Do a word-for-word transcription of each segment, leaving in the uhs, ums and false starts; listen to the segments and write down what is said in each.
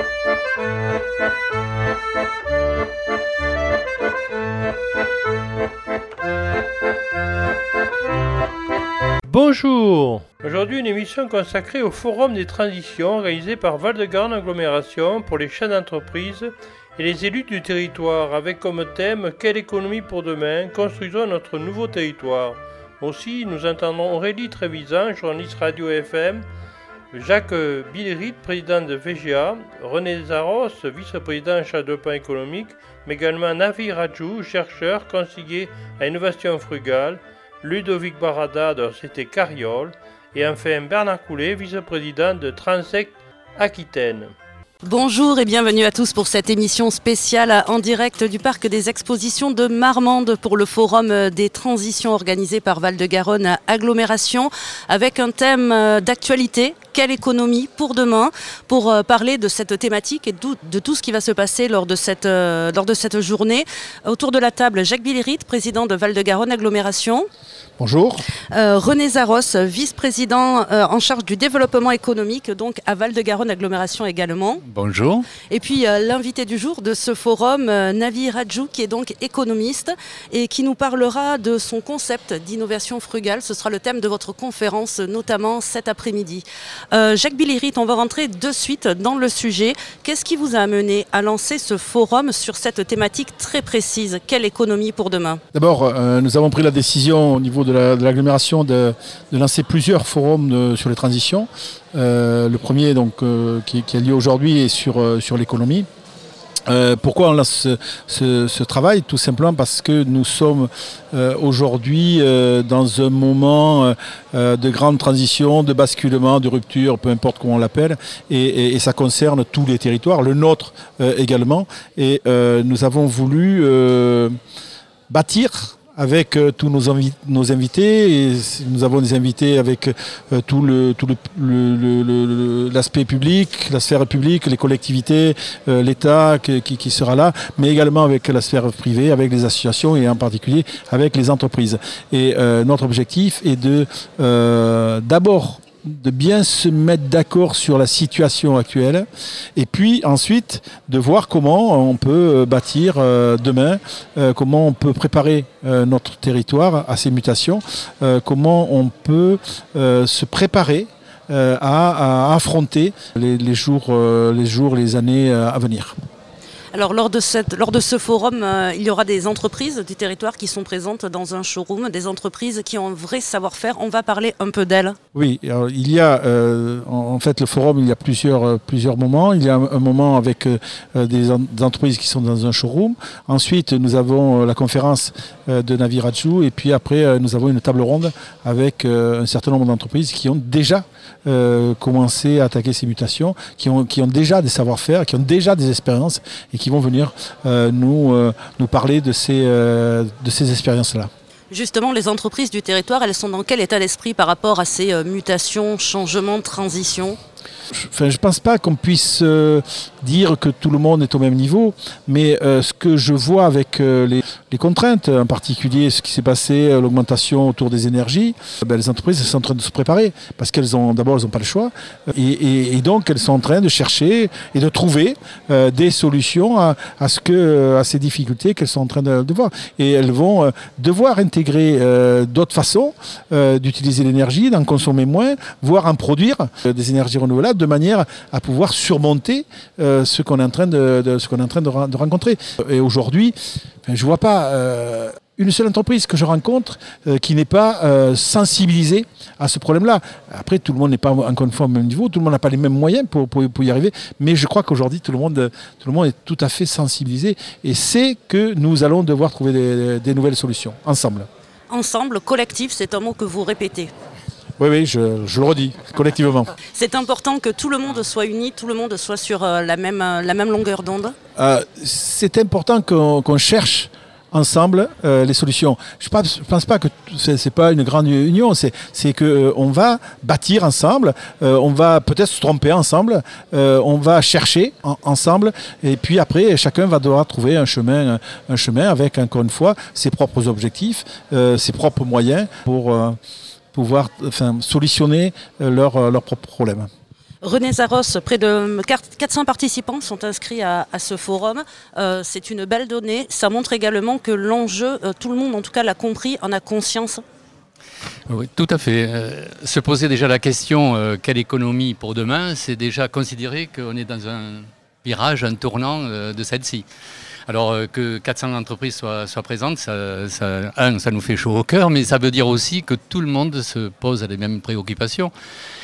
Bonjour. Aujourd'hui, une émission consacrée au Forum des transitions organisé par Val-de-Garonne Agglomération pour les chefs d'entreprise et les élus du territoire, avec comme thème « Quelle économie pour demain ? Construisons notre nouveau territoire ». Aussi, nous entendrons Aurélie Trévisan, journaliste radio F M, Jacques Billerite, président de V G A, René Zaros, vice-président en charge de développement économique, mais également Navi Radjou, chercheur, conseiller à innovation frugale, Ludovic Barada de la société Carriole, et enfin Bernard Coulet, vice-président de Transect Aquitaine. Bonjour et bienvenue à tous pour cette émission spéciale en direct du parc des expositions de Marmande pour le forum des transitions organisé par Val-de-Garonne Agglomération avec un thème d'actualité. Quelle économie pour demain, pour parler de cette thématique et de tout ce qui va se passer lors de cette, euh, lors de cette journée. Autour de la table, Jacques Billerite, président de Val-de-Garonne Agglomération. Bonjour. Euh, René Zaros, vice-président euh, en charge du développement économique, donc à Val-de-Garonne Agglomération également. Bonjour. Et puis euh, l'invité du jour de ce forum, euh, Navi Radjou, qui est donc économiste et qui nous parlera de son concept d'innovation frugale. Ce sera le thème de votre conférence, notamment cet après-midi. Euh, Jacques Billerite, on va rentrer de suite dans le sujet. Qu'est-ce qui vous a amené à lancer ce forum sur cette thématique très précise ? Quelle économie pour demain ? D'abord, euh, nous avons pris la décision au niveau de, la, de l'agglomération de, de lancer plusieurs forums de, sur les transitions. Euh, le premier donc, euh, qui, qui a lieu aujourd'hui est sur, euh, sur l'économie. Euh, pourquoi on lance ce, ce, ce travail ? Tout simplement parce que nous sommes euh, aujourd'hui euh, dans un moment euh, de grande transition, de basculement, de rupture, peu importe comment on l'appelle, et, et, et ça concerne tous les territoires, le nôtre euh, également. Et euh, nous avons voulu euh, bâtir avec euh, tous nos, invi- nos invités, et nous avons des invités avec euh, tout, le, tout le, le, le, le, l'aspect public, la sphère publique, les collectivités, euh, l'État qui, qui, qui sera là, mais également avec la sphère privée, avec les associations et en particulier avec les entreprises. Et euh, notre objectif est de euh, d'abord de bien se mettre d'accord sur la situation actuelle et puis ensuite de voir comment on peut bâtir euh, demain, euh, comment on peut préparer euh, notre territoire à ces mutations, euh, comment on peut euh, se préparer euh, à, à affronter les, les, jours, euh, les jours, les années euh, à venir. Alors lors de, cette, lors de ce forum, euh, il y aura des entreprises du territoire qui sont présentes dans un showroom, des entreprises qui ont un vrai savoir-faire. On va parler un peu d'elles. Oui, alors, il y a euh, en fait le forum, il y a plusieurs, euh, plusieurs moments. Il y a un, un moment avec euh, des, en, des entreprises qui sont dans un showroom. Ensuite, nous avons euh, la conférence euh, de Navi Radjou et puis après, euh, nous avons une table ronde avec euh, un certain nombre d'entreprises qui ont déjà euh, commencé à attaquer ces mutations, qui ont, qui ont déjà des savoir-faire, qui ont déjà des expériences et qui vont venir euh, nous, euh, nous parler de ces, euh, de ces expériences-là. Justement, les entreprises du territoire, elles sont dans quel état d'esprit par rapport à ces euh, mutations, changements, transitions ? Enfin, je ne pense pas qu'on puisse euh, dire que tout le monde est au même niveau, mais euh, ce que je vois avec euh, les, les contraintes, en particulier ce qui s'est passé, euh, l'augmentation autour des énergies, euh, ben, les entreprises elles sont en train de se préparer parce qu'elles ont d'abord elles n'ont pas le choix et, et, et donc elles sont en train de chercher et de trouver euh, des solutions à, à, ce que, à ces difficultés qu'elles sont en train de, de voir. Et elles vont euh, devoir intégrer euh, d'autres façons euh, d'utiliser l'énergie, d'en consommer moins, voire en produire euh, des énergies renouvelables, de manière à pouvoir surmonter euh, ce qu'on est en train de, de ce qu'on est en train de, ra- de rencontrer. Et aujourd'hui, enfin, je ne vois pas euh, une seule entreprise que je rencontre euh, qui n'est pas euh, sensibilisée à ce problème-là. Après, tout le monde n'est pas encore une fois au même niveau, tout le monde n'a pas les mêmes moyens pour, pour, pour y arriver, mais je crois qu'aujourd'hui, tout le monde, tout le monde est tout à fait sensibilisé et sait que nous allons devoir trouver des, des nouvelles solutions, ensemble. Ensemble, collectif, c'est un mot que vous répétez. Oui, oui, je, je le redis, collectivement. C'est important que tout le monde soit uni, tout le monde soit sur euh, la, même, euh, la même longueur d'onde. Euh, c'est important qu'on, qu'on cherche ensemble euh, les solutions. Je ne pense pas que c'est, c'est pas une grande union, c'est, c'est qu'on euh, va bâtir ensemble, euh, on va peut-être se tromper ensemble, euh, on va chercher en, ensemble, et puis après, chacun va devoir trouver un chemin, un chemin avec, encore une fois, ses propres objectifs, euh, ses propres moyens pour... Euh, pouvoir enfin, solutionner leurs leur propres problèmes. René Zaros, près de quatre cents participants sont inscrits à, à ce forum. Euh, c'est une belle donnée. Ça montre également que l'enjeu, euh, tout le monde en tout cas l'a compris, en a conscience. Oui, tout à fait. Euh, se poser déjà la question euh, quelle économie pour demain, c'est déjà considérer qu'on est dans un virage, un tournant euh, de celle-ci. Alors euh, que quatre cents entreprises soient, soient présentes, ça, ça, un, ça nous fait chaud au cœur, mais ça veut dire aussi que tout le monde se pose les mêmes préoccupations.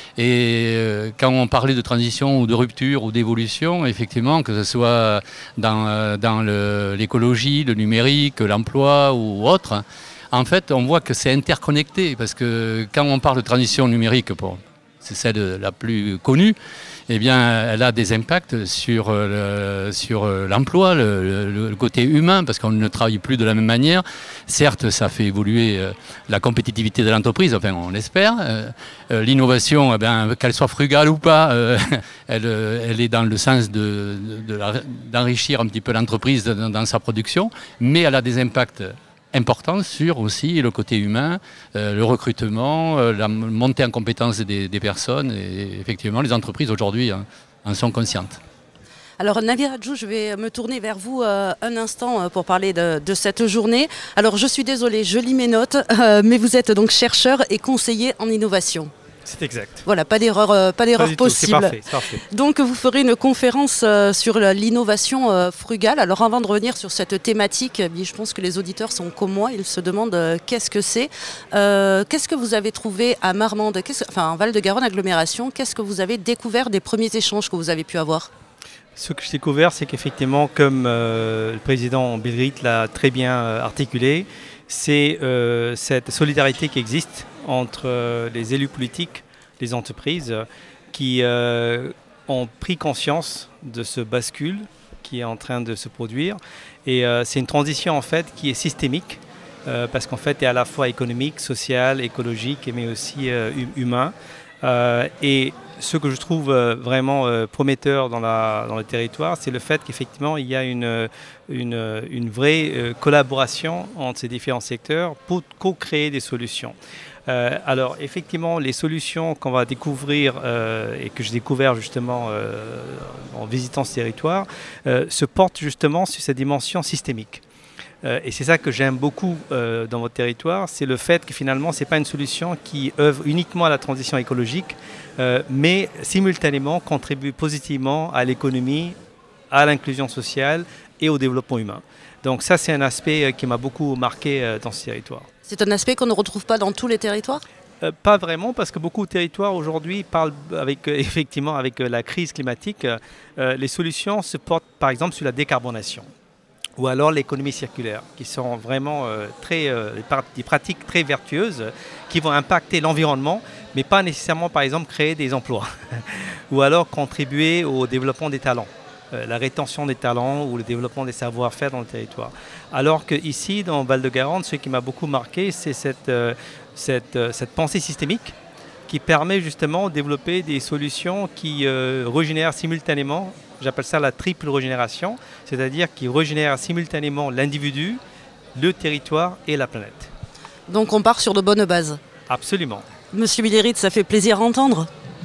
Et euh, quand on parlait de transition ou de rupture ou d'évolution, effectivement, que ce soit dans, dans le, l'écologie, le numérique, l'emploi ou autre, en fait, on voit que c'est interconnecté. Parce que quand on parle de transition numérique, bon, c'est celle la plus connue, eh bien, elle a des impacts sur, le, sur l'emploi, le, le, le côté humain, parce qu'on ne travaille plus de la même manière. Certes, ça fait évoluer la compétitivité de l'entreprise, enfin, on l'espère. Euh, l'innovation, eh bien, qu'elle soit frugale ou pas, euh, elle, elle est dans le sens de, de, de, d'enrichir un petit peu l'entreprise dans, dans sa production, mais elle a des impacts important sur aussi le côté humain, euh, le recrutement, euh, la montée en compétence des, des personnes. Et effectivement, les entreprises aujourd'hui hein, en sont conscientes. Alors Navi Radjou, je vais me tourner vers vous euh, un instant euh, pour parler de, de cette journée. Alors je suis désolée, je lis mes notes, euh, mais vous êtes donc chercheur et conseiller en innovation. C'est exact. Voilà, pas d'erreur, euh, pas d'erreur pas possible. C'est parfait, c'est parfait. Donc vous ferez une conférence euh, sur l'innovation euh, frugale. Alors avant de revenir sur cette thématique, eh bien, je pense que les auditeurs sont comme moi, ils se demandent euh, qu'est-ce que c'est. Euh, qu'est-ce que vous avez trouvé à Marmande, enfin en Val-de-Garonne agglomération, qu'est-ce que vous avez découvert des premiers échanges que vous avez pu avoir ? Ce que j'ai découvert, c'est qu'effectivement, comme euh, le président Bilrit l'a très bien euh, articulé, c'est euh, cette solidarité qui existe entre euh, les élus politiques, les entreprises, euh, qui euh, ont pris conscience de ce bascule qui est en train de se produire. Et euh, c'est une transition en fait qui est systémique, euh, parce qu'en fait, elle est à la fois économique, sociale, écologique, mais aussi euh, humain. Euh, et ce que je trouve euh, vraiment euh, prometteur dans, la, dans le territoire, c'est le fait qu'effectivement, il y a une, une, une vraie euh, collaboration entre ces différents secteurs pour co-créer des solutions. Euh, alors, effectivement, les solutions qu'on va découvrir euh, et que j'ai découvert justement euh, en visitant ce territoire euh, se portent justement sur cette dimension systémique. Euh, et c'est ça que j'aime beaucoup euh, dans votre territoire, c'est le fait que finalement, ce n'est pas une solution qui œuvre uniquement à la transition écologique, euh, mais simultanément contribue positivement à l'économie, à l'inclusion sociale et au développement humain. Donc ça, c'est un aspect qui m'a beaucoup marqué euh, dans ce territoire. C'est un aspect qu'on ne retrouve pas dans tous les territoires ? Euh, pas vraiment, parce que beaucoup de territoires aujourd'hui parlent avec, euh, effectivement avec euh, la crise climatique. Euh, les solutions se portent par exemple sur la décarbonation ou alors l'économie circulaire, qui sont vraiment euh, très, euh, des pratiques très vertueuses qui vont impacter l'environnement, mais pas nécessairement par exemple créer des emplois ou alors contribuer au développement des talents. La rétention des talents ou le développement des savoir-faire dans le territoire. Alors qu'ici, dans Val-de-Garonne, ce qui m'a beaucoup marqué, c'est cette, euh, cette, euh, cette pensée systémique qui permet justement de développer des solutions qui euh, régénèrent simultanément, j'appelle ça la triple régénération, c'est-à-dire qui régénèrent simultanément l'individu, le territoire et la planète. Donc on part sur de bonnes bases. Absolument. Monsieur Bilrit, ça fait plaisir à entendre.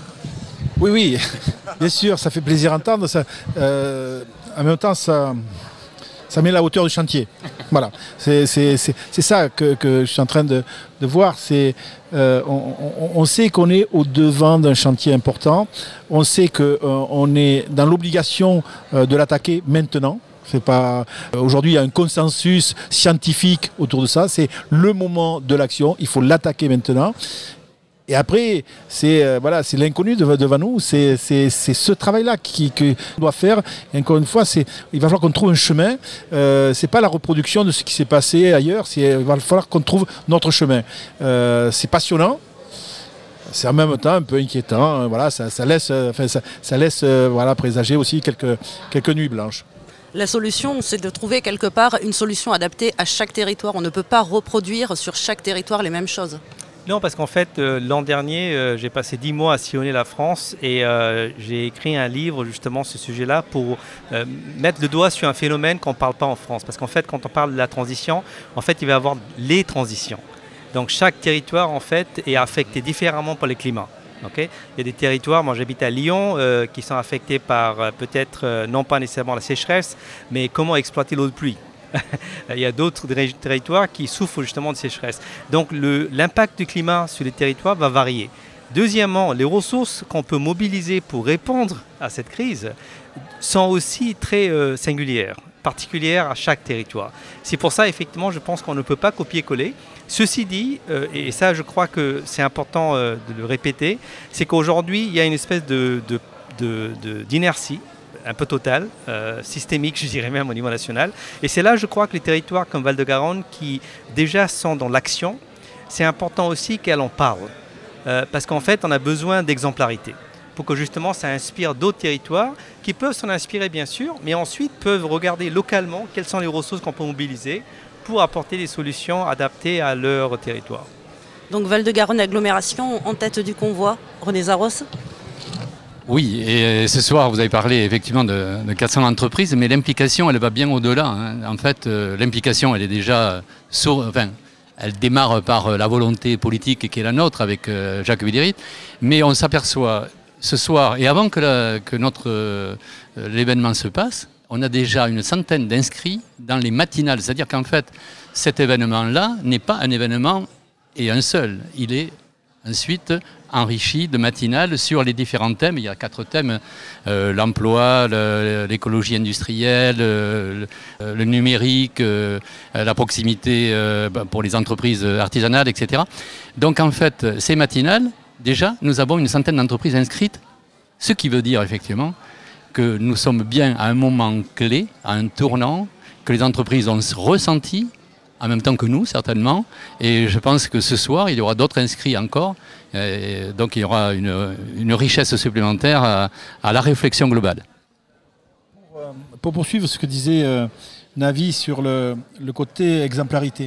Oui, oui, bien sûr, ça fait plaisir à entendre. Ça, euh, en même temps, ça, ça met la hauteur du chantier. Voilà, c'est, c'est, c'est, c'est ça que, que je suis en train de, de voir. C'est, euh, on, on, on sait qu'on est au-devant d'un chantier important. On sait qu'on euh, est dans l'obligation euh, de l'attaquer maintenant. C'est pas... Aujourd'hui, il y a un consensus scientifique autour de ça. C'est le moment de l'action. Il faut l'attaquer maintenant. Et après, c'est, euh, voilà, c'est l'inconnu devant, devant nous, c'est, c'est, c'est ce travail-là qui, qu'on doit faire. Et encore une fois, c'est, il va falloir qu'on trouve un chemin. Euh, ce n'est pas la reproduction de ce qui s'est passé ailleurs, c'est, il va falloir qu'on trouve notre chemin. Euh, c'est passionnant, c'est en même temps un peu inquiétant. Voilà, ça, ça laisse, enfin, ça, ça laisse euh, voilà, présager aussi quelques, quelques nuits blanches. La solution, c'est de trouver quelque part une solution adaptée à chaque territoire. On ne peut pas reproduire sur chaque territoire les mêmes choses. Non, parce qu'en fait, euh, l'an dernier, euh, j'ai passé dix mois à sillonner la France et euh, j'ai écrit un livre justement sur ce sujet-là pour euh, mettre le doigt sur un phénomène qu'on ne parle pas en France. Parce qu'en fait, quand on parle de la transition, en fait, il va y avoir les transitions. Donc chaque territoire, en fait, est affecté différemment par le climat. Okay, il y a des territoires, moi j'habite à Lyon, euh, qui sont affectés par euh, peut-être euh, non pas nécessairement la sécheresse, mais comment exploiter l'eau de pluie. Il y a d'autres territoires qui souffrent justement de sécheresse. Donc le, l'impact du climat sur les territoires va varier. Deuxièmement, les ressources qu'on peut mobiliser pour répondre à cette crise sont aussi très euh, singulières, particulières à chaque territoire. C'est pour ça, effectivement, je pense qu'on ne peut pas copier-coller. Ceci dit, euh, et ça je crois que c'est important euh, de le répéter, c'est qu'aujourd'hui il y a une espèce de, de, de, de, d'inertie un peu totale, euh, systémique je dirais même au niveau national. Et c'est là je crois que les territoires comme Val-de-Garonne qui déjà sont dans l'action, c'est important aussi qu'elles en parlent. Euh, parce qu'en fait on a besoin d'exemplarité pour que justement ça inspire d'autres territoires qui peuvent s'en inspirer bien sûr, mais ensuite peuvent regarder localement quelles sont les ressources qu'on peut mobiliser pour apporter des solutions adaptées à leur territoire. Donc Val-de-Garonne agglomération en tête du convoi, René Zaros. Oui, et ce soir vous avez parlé effectivement de, de quatre cents entreprises, mais l'implication elle va bien au-delà. Hein. En fait, euh, l'implication elle est déjà sur, enfin, elle démarre par la volonté politique qui est la nôtre avec euh, Jacques Bilderit, mais on s'aperçoit ce soir et avant que, la, que notre euh, l'événement se passe, on a déjà une centaine d'inscrits dans les matinales. C'est-à-dire qu'en fait, cet événement-là n'est pas un événement et un seul. Il est ensuite enrichi de matinales sur les différents thèmes. Il y a quatre thèmes, euh, l'emploi, le, l'écologie industrielle, le, le numérique, euh, la proximité euh, pour les entreprises artisanales, et cetera. Donc en fait, ces matinales, déjà, nous avons une centaine d'entreprises inscrites, ce qui veut dire effectivement que nous sommes bien à un moment clé, à un tournant, que les entreprises ont ressenti, en même temps que nous, certainement. Et je pense que ce soir, il y aura d'autres inscrits encore. Et donc, il y aura une, une richesse supplémentaire à, à la réflexion globale. Pour, euh, pour poursuivre ce que disait euh, Navi sur le, le côté exemplarité,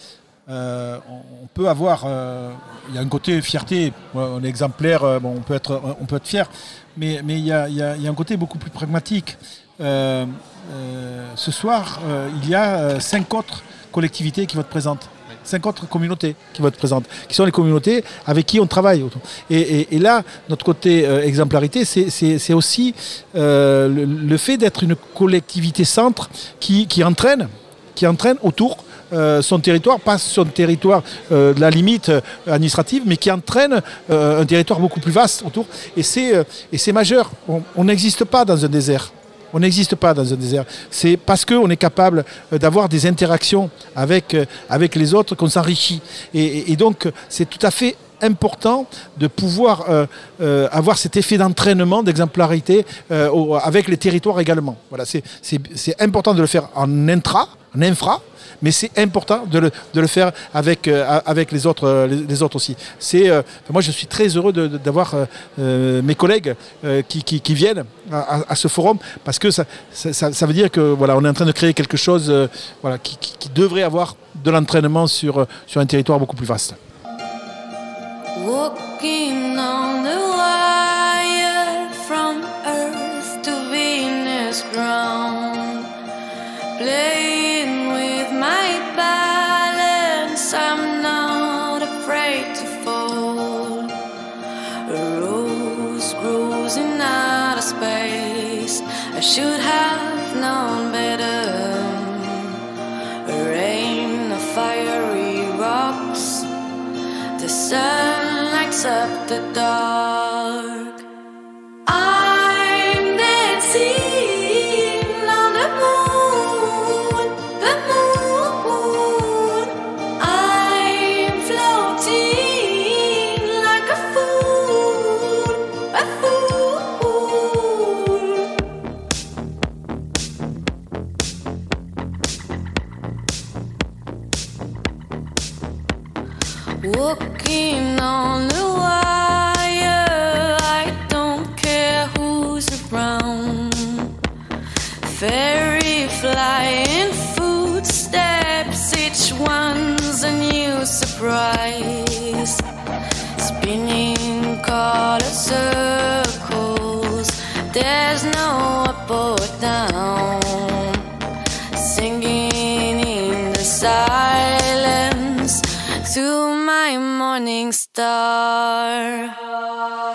euh, on, on peut avoir... Euh, il y a un côté fierté. On est exemplaire, euh, bon, on, peut être, on peut être fier. Mais, mais il, y a, il, y a, il y a un côté beaucoup plus pragmatique. Euh, euh, ce soir, euh, il y a euh, cinq autres collectivités qui vont être présentes. Cinq autres communautés qui vont être présentes, qui sont les communautés avec qui on travaille. Et, et, et là, notre côté euh, exemplarité, c'est, c'est, c'est aussi euh, le, le fait d'être une collectivité centre qui, qui, entraîne, qui entraîne autour Euh, son territoire, pas son territoire euh, de la limite euh, administrative, mais qui entraîne euh, un territoire beaucoup plus vaste autour. Et c'est, euh, et c'est majeur. On n'existe pas dans un désert. On n'existe pas dans un désert. C'est parce qu'on est capable d'avoir des interactions avec, euh, avec les autres qu'on s'enrichit. Et, et, et donc, c'est tout à fait important de pouvoir euh, euh, avoir cet effet d'entraînement, d'exemplarité euh, au, avec les territoires également. Voilà, c'est, c'est, c'est important de le faire en intra, en infra, mais c'est important de le, de le faire avec, euh, avec les, autres, les, les autres aussi. C'est, euh, moi, je suis très heureux de, de, d'avoir euh, mes collègues euh, qui, qui, qui viennent à, à ce forum, parce que ça, ça, ça veut dire que voilà, on est en train de créer quelque chose euh, voilà, qui, qui, qui devrait avoir de l'entraînement sur, sur un territoire beaucoup plus vaste. Walking on the wire from earth to Venus ground, playing with my balance, I'm not afraid to fall. A rose grows in outer space, I should have known better. A rain of fiery rocks, the sun lights up the dark. I'm dancing on the moon, the moon. I'm floating like a fool, a fool. Walking on the wire, I don't care who's around. Fairy flying footsteps, each one's a new surprise. Spinning colored circles, there's no up or down. Singing in the silence to my morning star.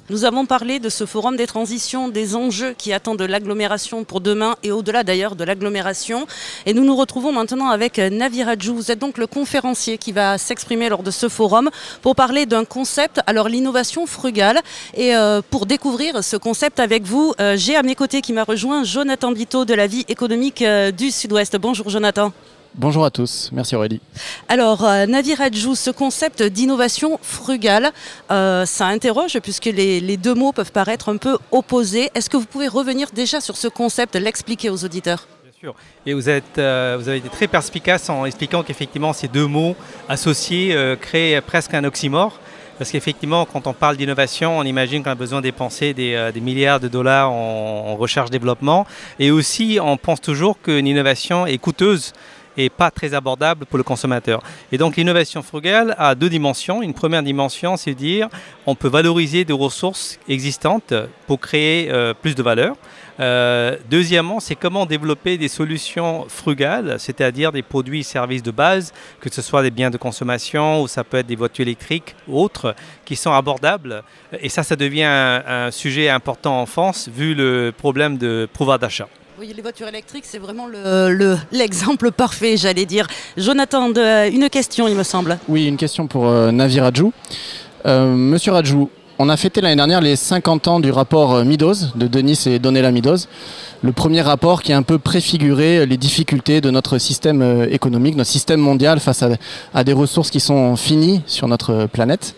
Nous avons parlé de ce forum des transitions, des enjeux qui attendent l'agglomération pour demain et au-delà d'ailleurs de l'agglomération. Et nous nous retrouvons maintenant avec Navi Radjou. Vous êtes donc le conférencier qui va s'exprimer lors de ce forum pour parler d'un concept, alors l'innovation frugale. Et euh, pour découvrir ce concept avec vous, euh, j'ai à mes côtés qui m'a rejoint Jonathan Bito de la vie économique euh, du Sud-Ouest. Bonjour Jonathan. Bonjour à tous, merci Aurélie. Alors, euh, Navi Radjou, ce concept d'innovation frugale, euh, ça interroge puisque les, les deux mots peuvent paraître un peu opposés. Est-ce que vous pouvez revenir déjà sur ce concept, l'expliquer aux auditeurs ? Bien sûr. Et vous, êtes, euh, vous avez été très perspicace en expliquant qu'effectivement ces deux mots associés euh, créent presque un oxymore. Parce qu'effectivement, quand on parle d'innovation, on imagine qu'on a besoin de dépenser des, euh, des milliards de dollars en, en recherche-développement. Et aussi, on pense toujours qu'une innovation est coûteuse et pas très abordable pour le consommateur. Et donc l'innovation frugale a deux dimensions. Une première dimension, c'est de dire on peut valoriser des ressources existantes pour créer euh, plus de valeur. Euh, deuxièmement, c'est comment développer des solutions frugales, c'est-à-dire des produits et services de base, que ce soit des biens de consommation ou ça peut être des voitures électriques ou autres, qui sont abordables. Et ça, ça devient un, un sujet important en France, vu le problème de pouvoir d'achat. Oui, les voitures électriques, c'est vraiment le, le, l'exemple parfait, j'allais dire. Jonathan, de, une question, il me semble. Oui, une question pour euh, Navi Radjou. Euh, Monsieur Radjou, on a fêté l'année dernière les cinquante ans du rapport Meadows, de Denis et Donella Meadows. Le premier rapport qui a un peu préfiguré les difficultés de notre système économique, notre système mondial face à, à des ressources qui sont finies sur notre planète.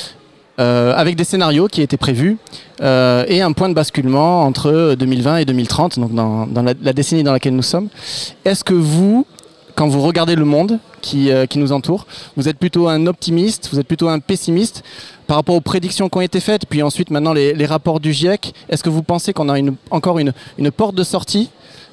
Euh, avec des scénarios qui étaient prévus euh, et un point de basculement entre deux mille vingt et deux mille trente, donc dans, dans la, la décennie dans laquelle nous sommes. Est-ce que vous, quand vous regardez le monde qui, euh, qui nous entoure, vous êtes plutôt un optimiste, vous êtes plutôt un pessimiste par rapport aux prédictions qui ont été faites, puis ensuite maintenant les, les rapports du GIEC? Est-ce que vous pensez qu'on a une, encore une, une porte de sortie?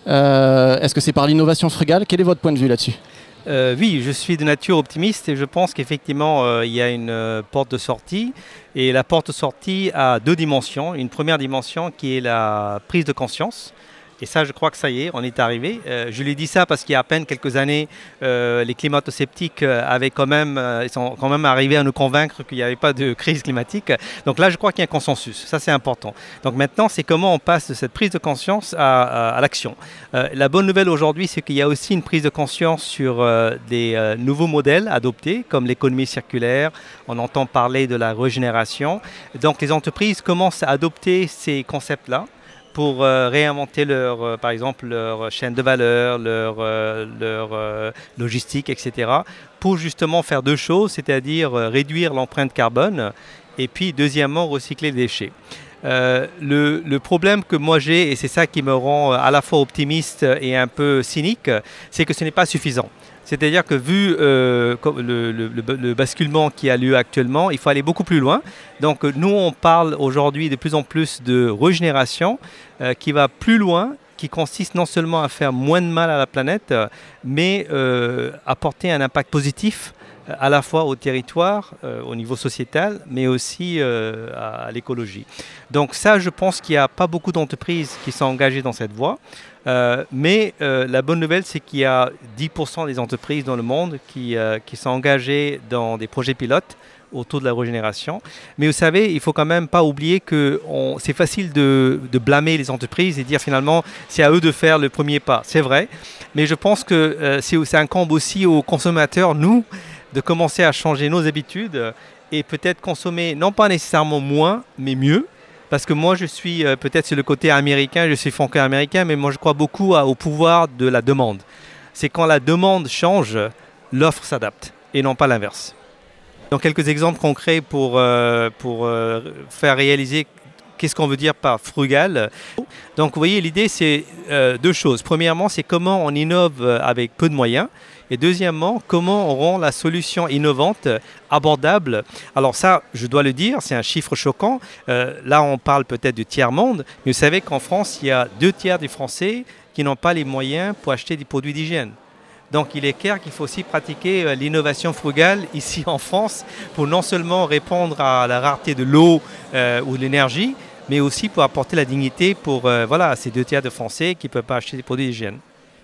euh, Est-ce que c'est par l'innovation frugale? Quel est votre point de vue là-dessus? Euh, oui, je suis de nature optimiste et je pense qu'effectivement, euh, il y a une euh, porte de sortie. Et la porte de sortie a deux dimensions. Une première dimension qui est la prise de conscience. Et ça, je crois que ça y est, on est arrivé. Euh, je lui dis ça parce qu'il y a à peine quelques années, euh, les climato-sceptiques avaient quand même, euh, ils sont quand même arrivés à nous convaincre qu'il n'y avait pas de crise climatique. Donc là, je crois qu'il y a un consensus. Ça, c'est important. Donc maintenant, c'est comment on passe de cette prise de conscience à, à, à l'action. Euh, la bonne nouvelle aujourd'hui, c'est qu'il y a aussi une prise de conscience sur euh, des euh, nouveaux modèles adoptés, comme l'économie circulaire. On entend parler de la régénération. Donc les entreprises commencent à adopter ces concepts-là pour euh, réinventer leur, euh, par exemple, leur chaîne de valeur, leur, euh, leur euh, logistique, et cetera, pour justement faire deux choses, c'est-à-dire euh, réduire l'empreinte carbone et puis, deuxièmement, recycler les déchets. Euh, le, le problème que moi j'ai, et c'est ça qui me rend à la fois optimiste et un peu cynique, c'est que ce n'est pas suffisant. C'est-à-dire que vu euh, le, le, le basculement qui a lieu actuellement, il faut aller beaucoup plus loin. Donc nous, on parle aujourd'hui de plus en plus de régénération euh, qui va plus loin, qui consiste non seulement à faire moins de mal à la planète, mais euh, apporter un impact positif à la fois au territoire, euh, au niveau sociétal, mais aussi euh, à, à l'écologie. Donc ça, je pense qu'il n'y a pas beaucoup d'entreprises qui sont engagées dans cette voie. Euh, mais euh, la bonne nouvelle, c'est qu'il y a dix pour cent des entreprises dans le monde qui, euh, qui sont engagées dans des projets pilotes autour de la régénération. Mais vous savez, il ne faut quand même pas oublier que on, c'est facile de, de blâmer les entreprises et dire finalement c'est à eux de faire le premier pas. C'est vrai, mais je pense que euh, c'est, c'est incombe aussi aux consommateurs, nous, de commencer à changer nos habitudes et peut-être consommer non pas nécessairement moins, mais mieux. Parce que moi, je suis euh, peut-être sur le côté américain, je suis franco-américain, mais moi, je crois beaucoup à, au pouvoir de la demande. C'est quand la demande change, l'offre s'adapte, et non pas l'inverse. Donc, quelques exemples concrets pour, euh, pour euh, faire réaliser qu'est-ce qu'on veut dire par frugal. Donc, vous voyez, l'idée, c'est euh, deux choses. Premièrement, c'est comment on innove avec peu de moyens. Et deuxièmement, comment on rend la solution innovante abordable. Alors ça, je dois le dire, c'est un chiffre choquant. Euh, là, on parle peut-être du tiers-monde, mais vous savez qu'en France, il y a deux tiers des Français qui n'ont pas les moyens pour acheter des produits d'hygiène. Donc il est clair qu'il faut aussi pratiquer euh, l'innovation frugale ici en France pour non seulement répondre à la rareté de l'eau euh, ou de l'énergie, mais aussi pour apporter la dignité pour euh, voilà, ces deux tiers de Français qui ne peuvent pas acheter des produits d'hygiène.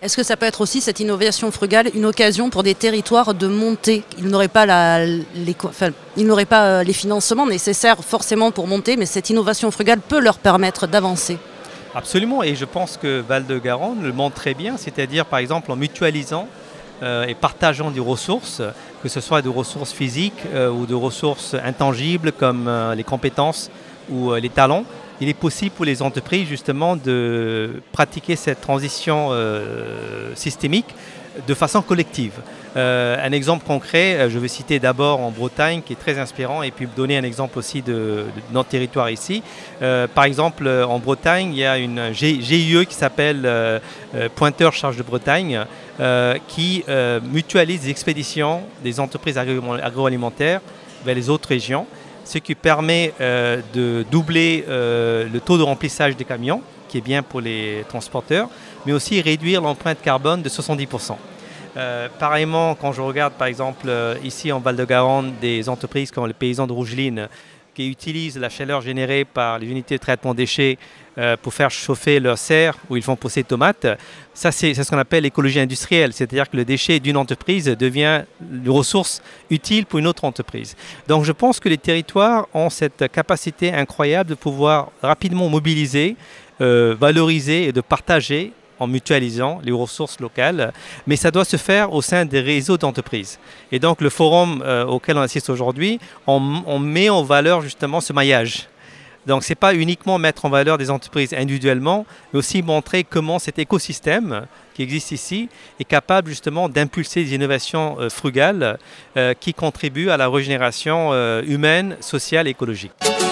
Est-ce que ça peut être aussi, cette innovation frugale, une occasion pour des territoires de monter ? Ils n'auraient pas, la, les, enfin, ils n'auraient pas les financements nécessaires forcément pour monter, mais cette innovation frugale peut leur permettre d'avancer. Absolument, et je pense que Val-de-Garonne le montre très bien, c'est-à-dire par exemple en mutualisant euh, et partageant des ressources, que ce soit des ressources physiques euh, ou des ressources intangibles comme euh, les compétences ou euh, les talents. Il est possible pour les entreprises justement de pratiquer cette transition euh, systémique de façon collective. Euh, un exemple concret, je vais citer d'abord en Bretagne qui est très inspirant et puis donner un exemple aussi de, de notre territoire ici. Euh, par exemple, en Bretagne, il y a une G I E qui s'appelle euh, Pointeur Charge de Bretagne euh, qui euh, mutualise les expéditions des entreprises agro agroalimentaires vers les autres régions, ce qui permet euh, de doubler euh, le taux de remplissage des camions, qui est bien pour les transporteurs, mais aussi réduire l'empreinte carbone de soixante-dix pour cent. Euh, pareillement, quand je regarde par exemple euh, ici en Val-de-Garonne des entreprises comme les paysans de Rougeline qui utilisent la chaleur générée par les unités de traitement déchets euh, pour faire chauffer leurs serres où ils font pousser des tomates, ça c'est ce qu'on appelle l'écologie industrielle, c'est-à-dire que le déchet d'une entreprise devient une ressource utile pour une autre entreprise. Donc je pense que les territoires ont cette capacité incroyable de pouvoir rapidement mobiliser, euh, valoriser et de partager en mutualisant les ressources locales, mais ça doit se faire au sein des réseaux d'entreprises. Et donc le forum euh, auquel on assiste aujourd'hui, on, on met en valeur justement ce maillage. Donc ce n'est pas uniquement mettre en valeur des entreprises individuellement, mais aussi montrer comment cet écosystème qui existe ici est capable justement d'impulser des innovations euh, frugales euh, qui contribuent à la régénération euh, humaine, sociale et écologique.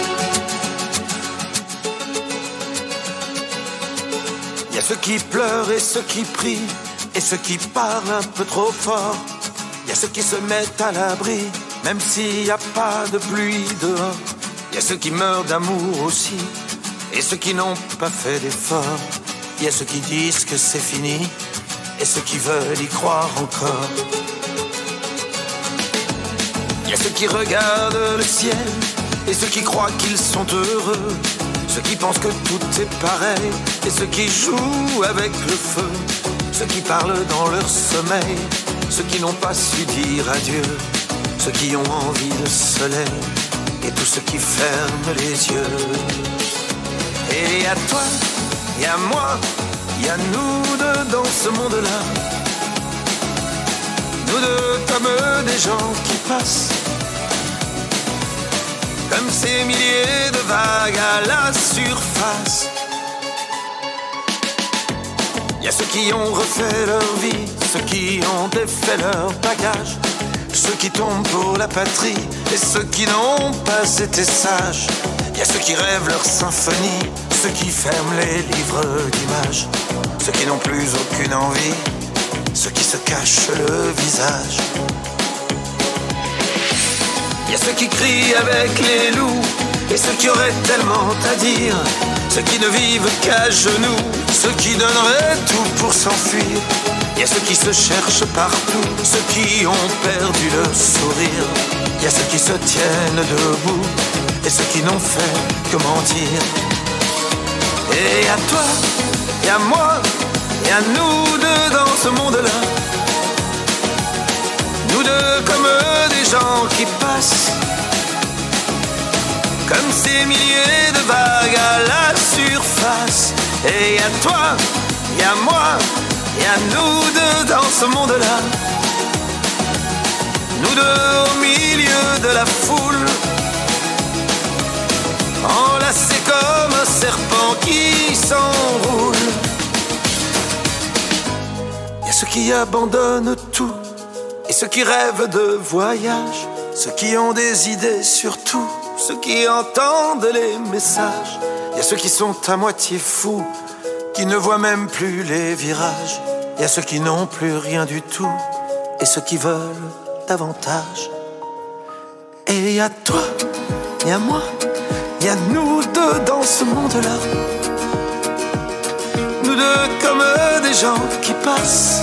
Il y a ceux qui pleurent et ceux qui prient, et ceux qui parlent un peu trop fort. Il y a ceux qui se mettent à l'abri, même s'il n'y a pas de pluie dehors. Il y a ceux qui meurent d'amour aussi, et ceux qui n'ont pas fait d'effort. Il y a ceux qui disent que c'est fini, et ceux qui veulent y croire encore. Il y a ceux qui regardent le ciel, et ceux qui croient qu'ils sont heureux. Ceux qui pensent que tout est pareil, et ceux qui jouent avec le feu. Ceux qui parlent dans leur sommeil, ceux qui n'ont pas su dire adieu. Ceux qui ont envie de soleil, et tous ceux qui ferment les yeux. Et à toi, et à moi, il y a nous deux dans ce monde-là. Nous deux comme des gens qui passent, comme ces milliers de vagues à la surface. Il y a ceux qui ont refait leur vie, ceux qui ont défait leur bagage, ceux qui tombent pour la patrie et ceux qui n'ont pas été sages. Il y a ceux qui rêvent leur symphonie, ceux qui ferment les livres d'images, ceux qui n'ont plus aucune envie, ceux qui se cachent le visage. Il y a ceux qui crient avec les loups, et ceux qui auraient tellement à dire, ceux qui ne vivent qu'à genoux, ceux qui donneraient tout pour s'enfuir. Il y a ceux qui se cherchent partout, ceux qui ont perdu le sourire. Il y a ceux qui se tiennent debout, et ceux qui n'ont fait que mentir. Et à toi, et à moi, et à nous deux dans ce monde-là. Nous deux comme des gens qui passent, comme ces milliers de vagues à la surface. Et à toi, et à moi, et à nous deux dans ce monde-là. Nous deux au milieu de la foule, enlacés comme un serpent qui s'enroule. Il y a ceux qui abandonnent tout, et ceux qui rêvent de voyage, ceux qui ont des idées sur tout, ceux qui entendent les messages. Il y a ceux qui sont à moitié fous, qui ne voient même plus les virages. Il y a ceux qui n'ont plus rien du tout, et ceux qui veulent davantage. Et il y a toi, il y a moi, il y a nous deux dans ce monde-là. Nous deux comme des gens qui passent,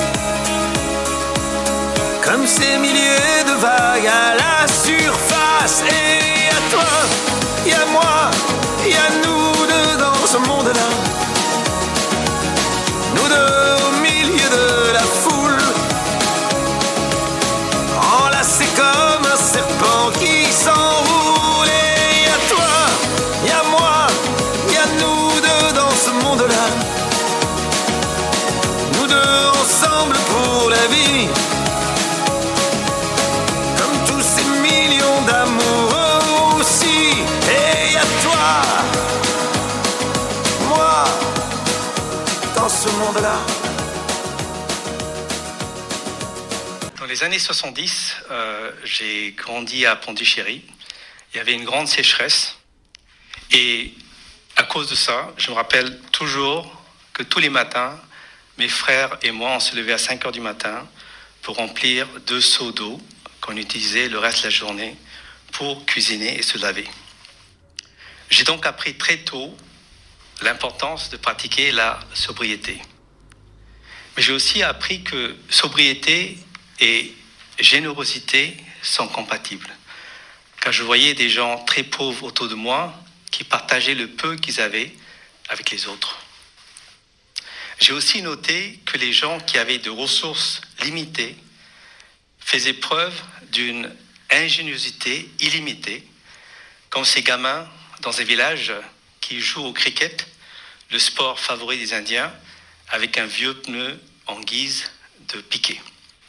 comme ces milliers de vagues à la surface. Et à toi, et à moi, et à nous deux dans ce monde-là. Nous deux au milieu de pour la vie. Comme tous ces millions d'amoureux aussi. Et à toi, moi, dans ce monde-là. Dans les années soixante-dix, euh, j'ai grandi à Pondichéry. Il y avait une grande sécheresse. Et à cause de ça, je me rappelle toujours que tous les matins, mes frères et moi, on se levait à cinq heures du matin pour remplir deux seaux d'eau qu'on utilisait le reste de la journée pour cuisiner et se laver. J'ai donc appris très tôt l'importance de pratiquer la sobriété. Mais j'ai aussi appris que sobriété et générosité sont compatibles. Car je voyais des gens très pauvres autour de moi qui partageaient le peu qu'ils avaient avec les autres. J'ai aussi noté que les gens qui avaient des ressources limitées faisaient preuve d'une ingéniosité illimitée, comme ces gamins dans un village qui jouent au cricket, le sport favori des Indiens, avec un vieux pneu en guise de piquet.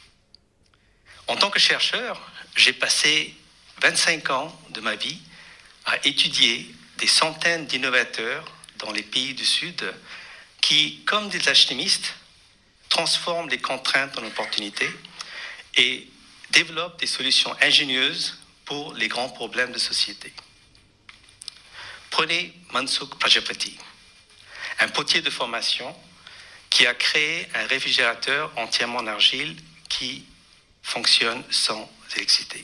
En tant que chercheur, j'ai passé vingt-cinq ans de ma vie à étudier des centaines d'innovateurs dans les pays du Sud qui, comme des alchimistes, transforment les contraintes en opportunités et développent des solutions ingénieuses pour les grands problèmes de société. Prenez Mansukh Prajapati, un potier de formation qui a créé un réfrigérateur entièrement en argile qui fonctionne sans électricité.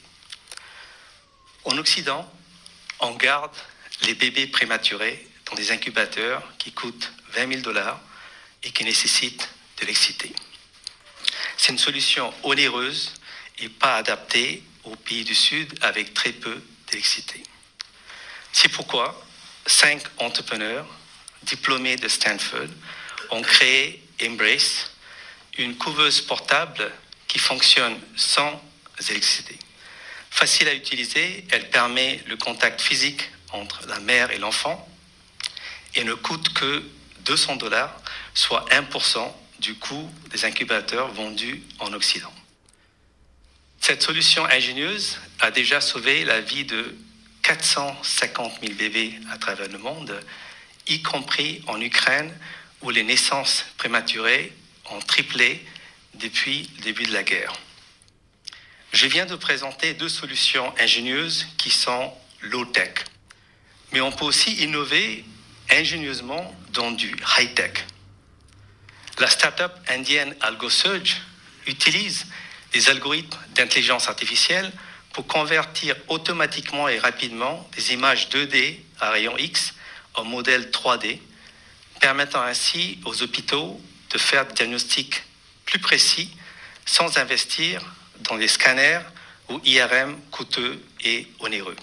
En Occident, on garde les bébés prématurés dans des incubateurs qui coûtent vingt mille dollars et qui nécessitent de l'électricité. C'est une solution onéreuse et pas adaptée aux pays du Sud avec très peu d'électricité. C'est pourquoi cinq entrepreneurs diplômés de Stanford ont créé Embrace, une couveuse portable qui fonctionne sans électricité. Facile à utiliser, elle permet le contact physique entre la mère et l'enfant et ne coûte que deux cents dollars, soit un pour cent du coût des incubateurs vendus en Occident. Cette solution ingénieuse a déjà sauvé la vie de quatre cent cinquante mille bébés à travers le monde, y compris en Ukraine, où les naissances prématurées ont triplé depuis le début de la guerre. Je viens de présenter deux solutions ingénieuses qui sont low-tech. Mais on peut aussi innover ingénieusement dans du high-tech. La start-up indienne AlgoSurge utilise des algorithmes d'intelligence artificielle pour convertir automatiquement et rapidement des images deux D à rayon X en modèle trois D, permettant ainsi aux hôpitaux de faire des diagnostics plus précis sans investir dans des scanners ou I R M coûteux et onéreux.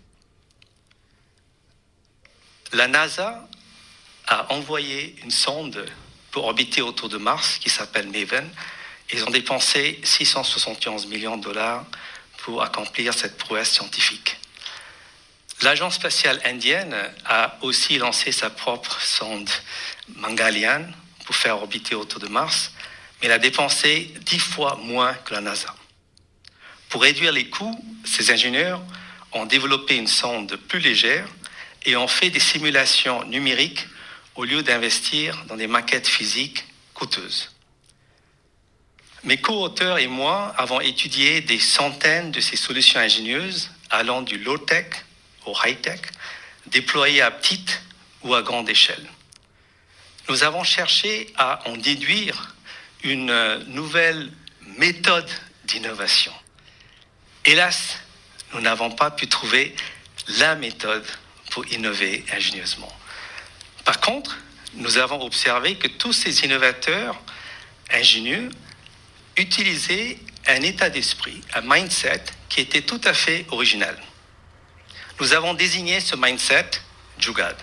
La NASA a envoyé une sonde pour orbiter autour de Mars qui s'appelle Maven. Ils ont dépensé six cent soixante et onze millions de dollars pour accomplir cette prouesse scientifique. L'agence spatiale indienne a aussi lancé sa propre sonde Mangalyaan pour faire orbiter autour de Mars, mais elle a dépensé dix fois moins que la NASA. Pour réduire les coûts, ces ingénieurs ont développé une sonde plus légère et ont fait des simulations numériques au lieu d'investir dans des maquettes physiques coûteuses. Mes co-auteurs et moi avons étudié des centaines de ces solutions ingénieuses allant du low-tech au high-tech, déployées à petite ou à grande échelle. Nous avons cherché à en déduire une nouvelle méthode d'innovation. Hélas, nous n'avons pas pu trouver la méthode pour innover ingénieusement. Par contre, nous avons observé que tous ces innovateurs ingénieux utilisaient un état d'esprit, un mindset qui était tout à fait original. Nous avons désigné ce mindset Jugaad.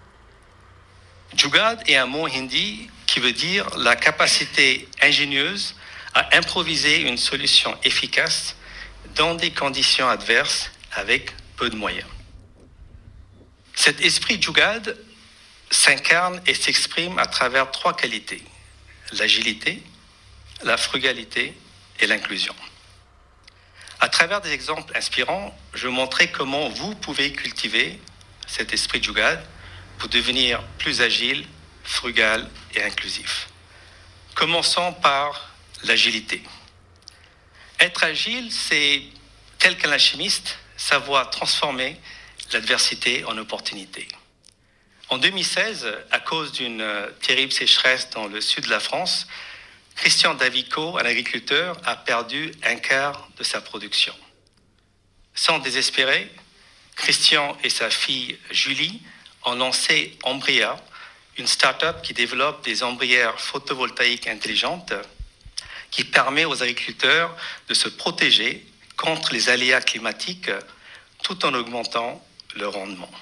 Jugaad est un mot hindi qui veut dire la capacité ingénieuse à improviser une solution efficace dans des conditions adverses avec peu de moyens. Cet esprit Jugaad s'incarne et s'exprime à travers trois qualités: l'agilité, la frugalité et l'inclusion. À travers des exemples inspirants, je vais montrer comment vous pouvez cultiver cet esprit Jugaad pour devenir plus agile, frugal et inclusif. Commençons par l'agilité. Être agile, c'est, tel qu'un alchimiste, savoir transformer l'adversité en opportunité. En deux mille seize, à cause d'une terrible sécheresse dans le sud de la France, Christian Davico, un agriculteur, a perdu un quart de sa production. Sans désespérer, Christian et sa fille Julie ont lancé Ombria, une start-up qui développe des ombrières photovoltaïques intelligentes qui permet aux agriculteurs de se protéger contre les aléas climatiques tout en augmentant leur rendement.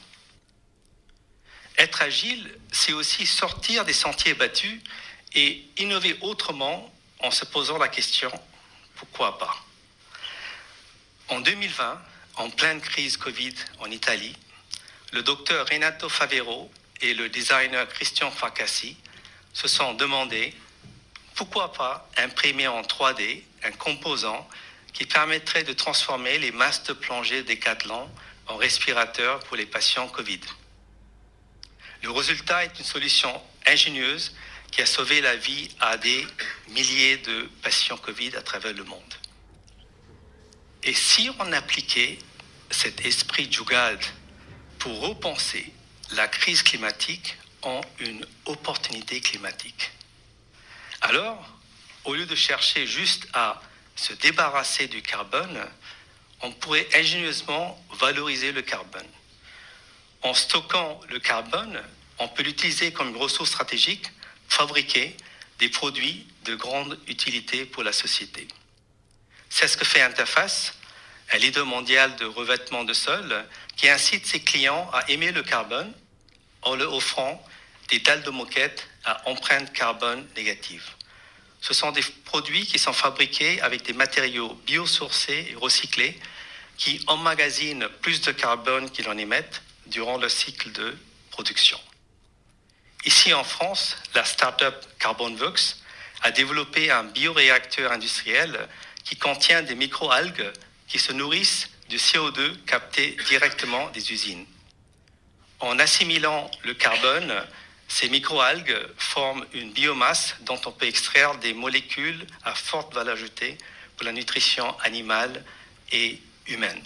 Être agile, c'est aussi sortir des sentiers battus et innover autrement en se posant la question « pourquoi pas ?» En deux mille vingt, en pleine crise Covid en Italie, le docteur Renato Favero et le designer Christian Fracassi se sont demandé pourquoi pas imprimer en trois D un composant qui permettrait de transformer les masques de plongée Decathlon en respirateurs pour les patients Covid. Le résultat est une solution ingénieuse qui a sauvé la vie à des milliers de patients Covid à travers le monde. Et si on appliquait cet esprit Jugaad pour repenser la crise climatique en une opportunité climatique, alors, au lieu de chercher juste à se débarrasser du carbone, on pourrait ingénieusement valoriser le carbone. En stockant le carbone, on peut l'utiliser comme une ressource stratégique pour fabriquer des produits de grande utilité pour la société. C'est ce que fait Interface, un leader mondial de revêtement de sol, qui incite ses clients à aimer le carbone en leur offrant des dalles de moquette à empreinte carbone négative. Ce sont des produits qui sont fabriqués avec des matériaux biosourcés et recyclés qui emmagasinent plus de carbone qu'ils en émettent durant le cycle de production. Ici en France, la start-up Carbonworks a développé un bioréacteur industriel qui contient des microalgues qui se nourrissent du C O deux capté directement des usines. En assimilant le carbone, ces microalgues forment une biomasse dont on peut extraire des molécules à forte valeur ajoutée pour la nutrition animale et humaine.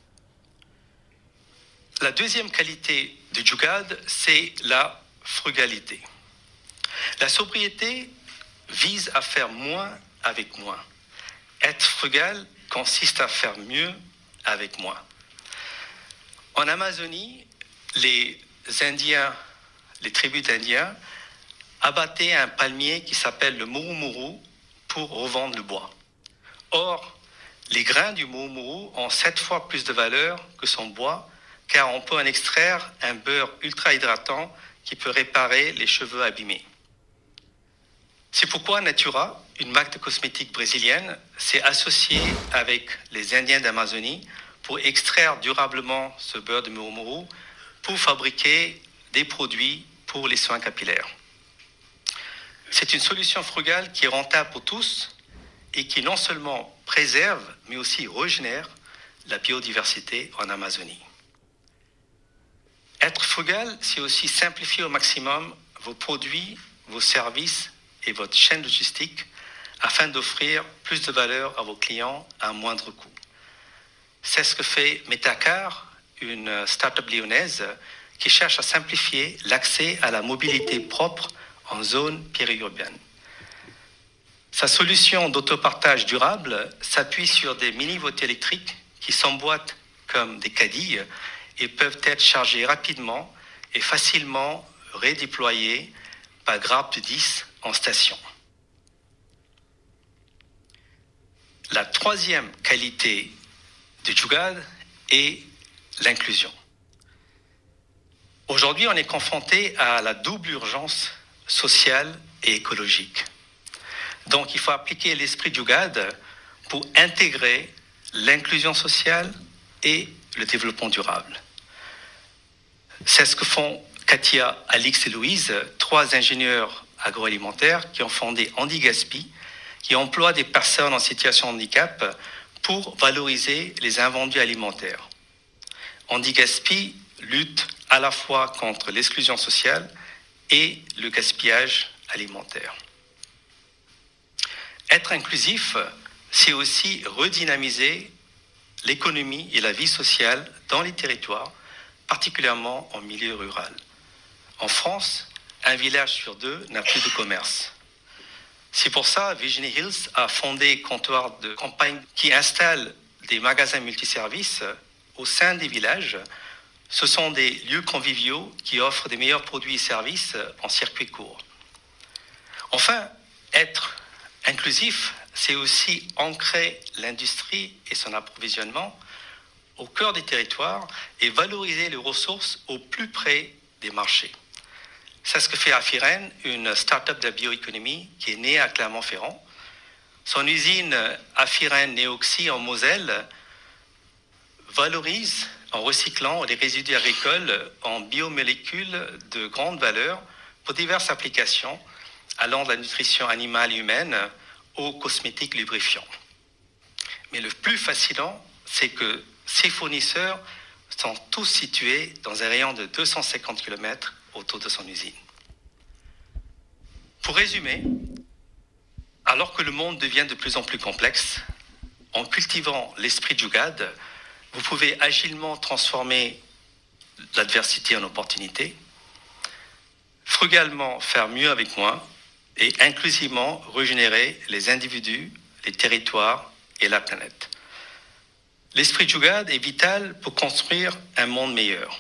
La deuxième qualité du Jugaad, c'est la frugalité. La sobriété vise à faire moins avec moins. Être frugal consiste à faire mieux avec moins. En Amazonie, les Indiens, les tribus d'Indiens, abattaient un palmier qui s'appelle le murumuru pour revendre le bois. Or, les grains du murumuru ont sept fois plus de valeur que son bois, car on peut en extraire un beurre ultra hydratant qui peut réparer les cheveux abîmés. C'est pourquoi Natura, une marque de cosmétiques brésilienne, s'est associée avec les Indiens d'Amazonie pour extraire durablement ce beurre de murumuru pour fabriquer des produits pour les soins capillaires. C'est une solution frugale qui est rentable pour tous et qui non seulement préserve, mais aussi régénère la biodiversité en Amazonie. Être frugal, c'est aussi simplifier au maximum vos produits, vos services et votre chaîne logistique afin d'offrir plus de valeur à vos clients à un moindre coût. C'est ce que fait Metacar, une start-up lyonnaise qui cherche à simplifier l'accès à la mobilité propre en zone périurbaine. Sa solution d'autopartage durable s'appuie sur des mini-voitures électriques qui s'emboîtent comme des caddies et peuvent être chargées rapidement et facilement redéployées par grappe de dix en station. La troisième qualité de Jugaad est l'inclusion. Aujourd'hui, on est confronté à la double urgence sociale et écologique. Donc, il faut appliquer l'esprit Jugaad pour intégrer l'inclusion sociale et le développement durable. C'est ce que font Katia, Alix et Louise, trois ingénieurs agroalimentaires qui ont fondé Andy Gaspi, qui emploie des personnes en situation de handicap pour valoriser les invendus alimentaires. Handigaspi lutte à la fois contre l'exclusion sociale et le gaspillage alimentaire. Être inclusif, c'est aussi redynamiser l'économie et la vie sociale dans les territoires, particulièrement en milieu rural. En France, un village sur deux n'a plus de commerce. C'est pour ça que Virginie Hills a fondé Comptoir de campagne qui installe des magasins multiservices au sein des villages. Ce sont des lieux conviviaux qui offrent des meilleurs produits et services en circuit court. Enfin, être inclusif, c'est aussi ancrer l'industrie et son approvisionnement au cœur des territoires et valoriser les ressources au plus près des marchés. C'est ce que fait Afiren, une start-up de bioéconomie qui est née à Clermont-Ferrand. Son usine Afiren Neoxy en Moselle valorise en recyclant les résidus agricoles en biomolécules de grande valeur pour diverses applications allant de la nutrition animale et humaine aux cosmétiques lubrifiants. Mais le plus fascinant, c'est que ces fournisseurs sont tous situés dans un rayon de deux cent cinquante kilomètres autour de son usine. Pour résumer, alors que le monde devient de plus en plus complexe, en cultivant l'esprit Jugaad, vous pouvez agilement transformer l'adversité en opportunité, frugalement faire mieux avec moins et inclusivement régénérer les individus, les territoires et la planète. L'esprit Jugaad est vital pour construire un monde meilleur.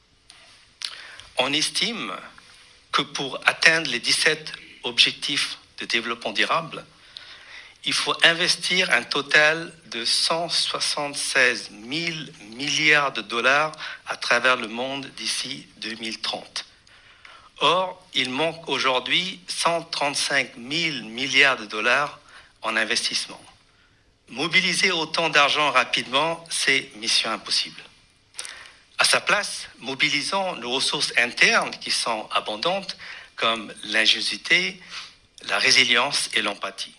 On estime que pour atteindre les dix-sept objectifs de développement durable, il faut investir un total de cent soixante-seize mille milliards de dollars à travers le monde d'ici deux mille trente. Or, il manque aujourd'hui cent trente-cinq mille milliards de dollars en investissement. Mobiliser autant d'argent rapidement, c'est mission impossible. À sa place, mobilisons nos ressources internes qui sont abondantes, comme l'ingéniosité, la résilience et l'empathie.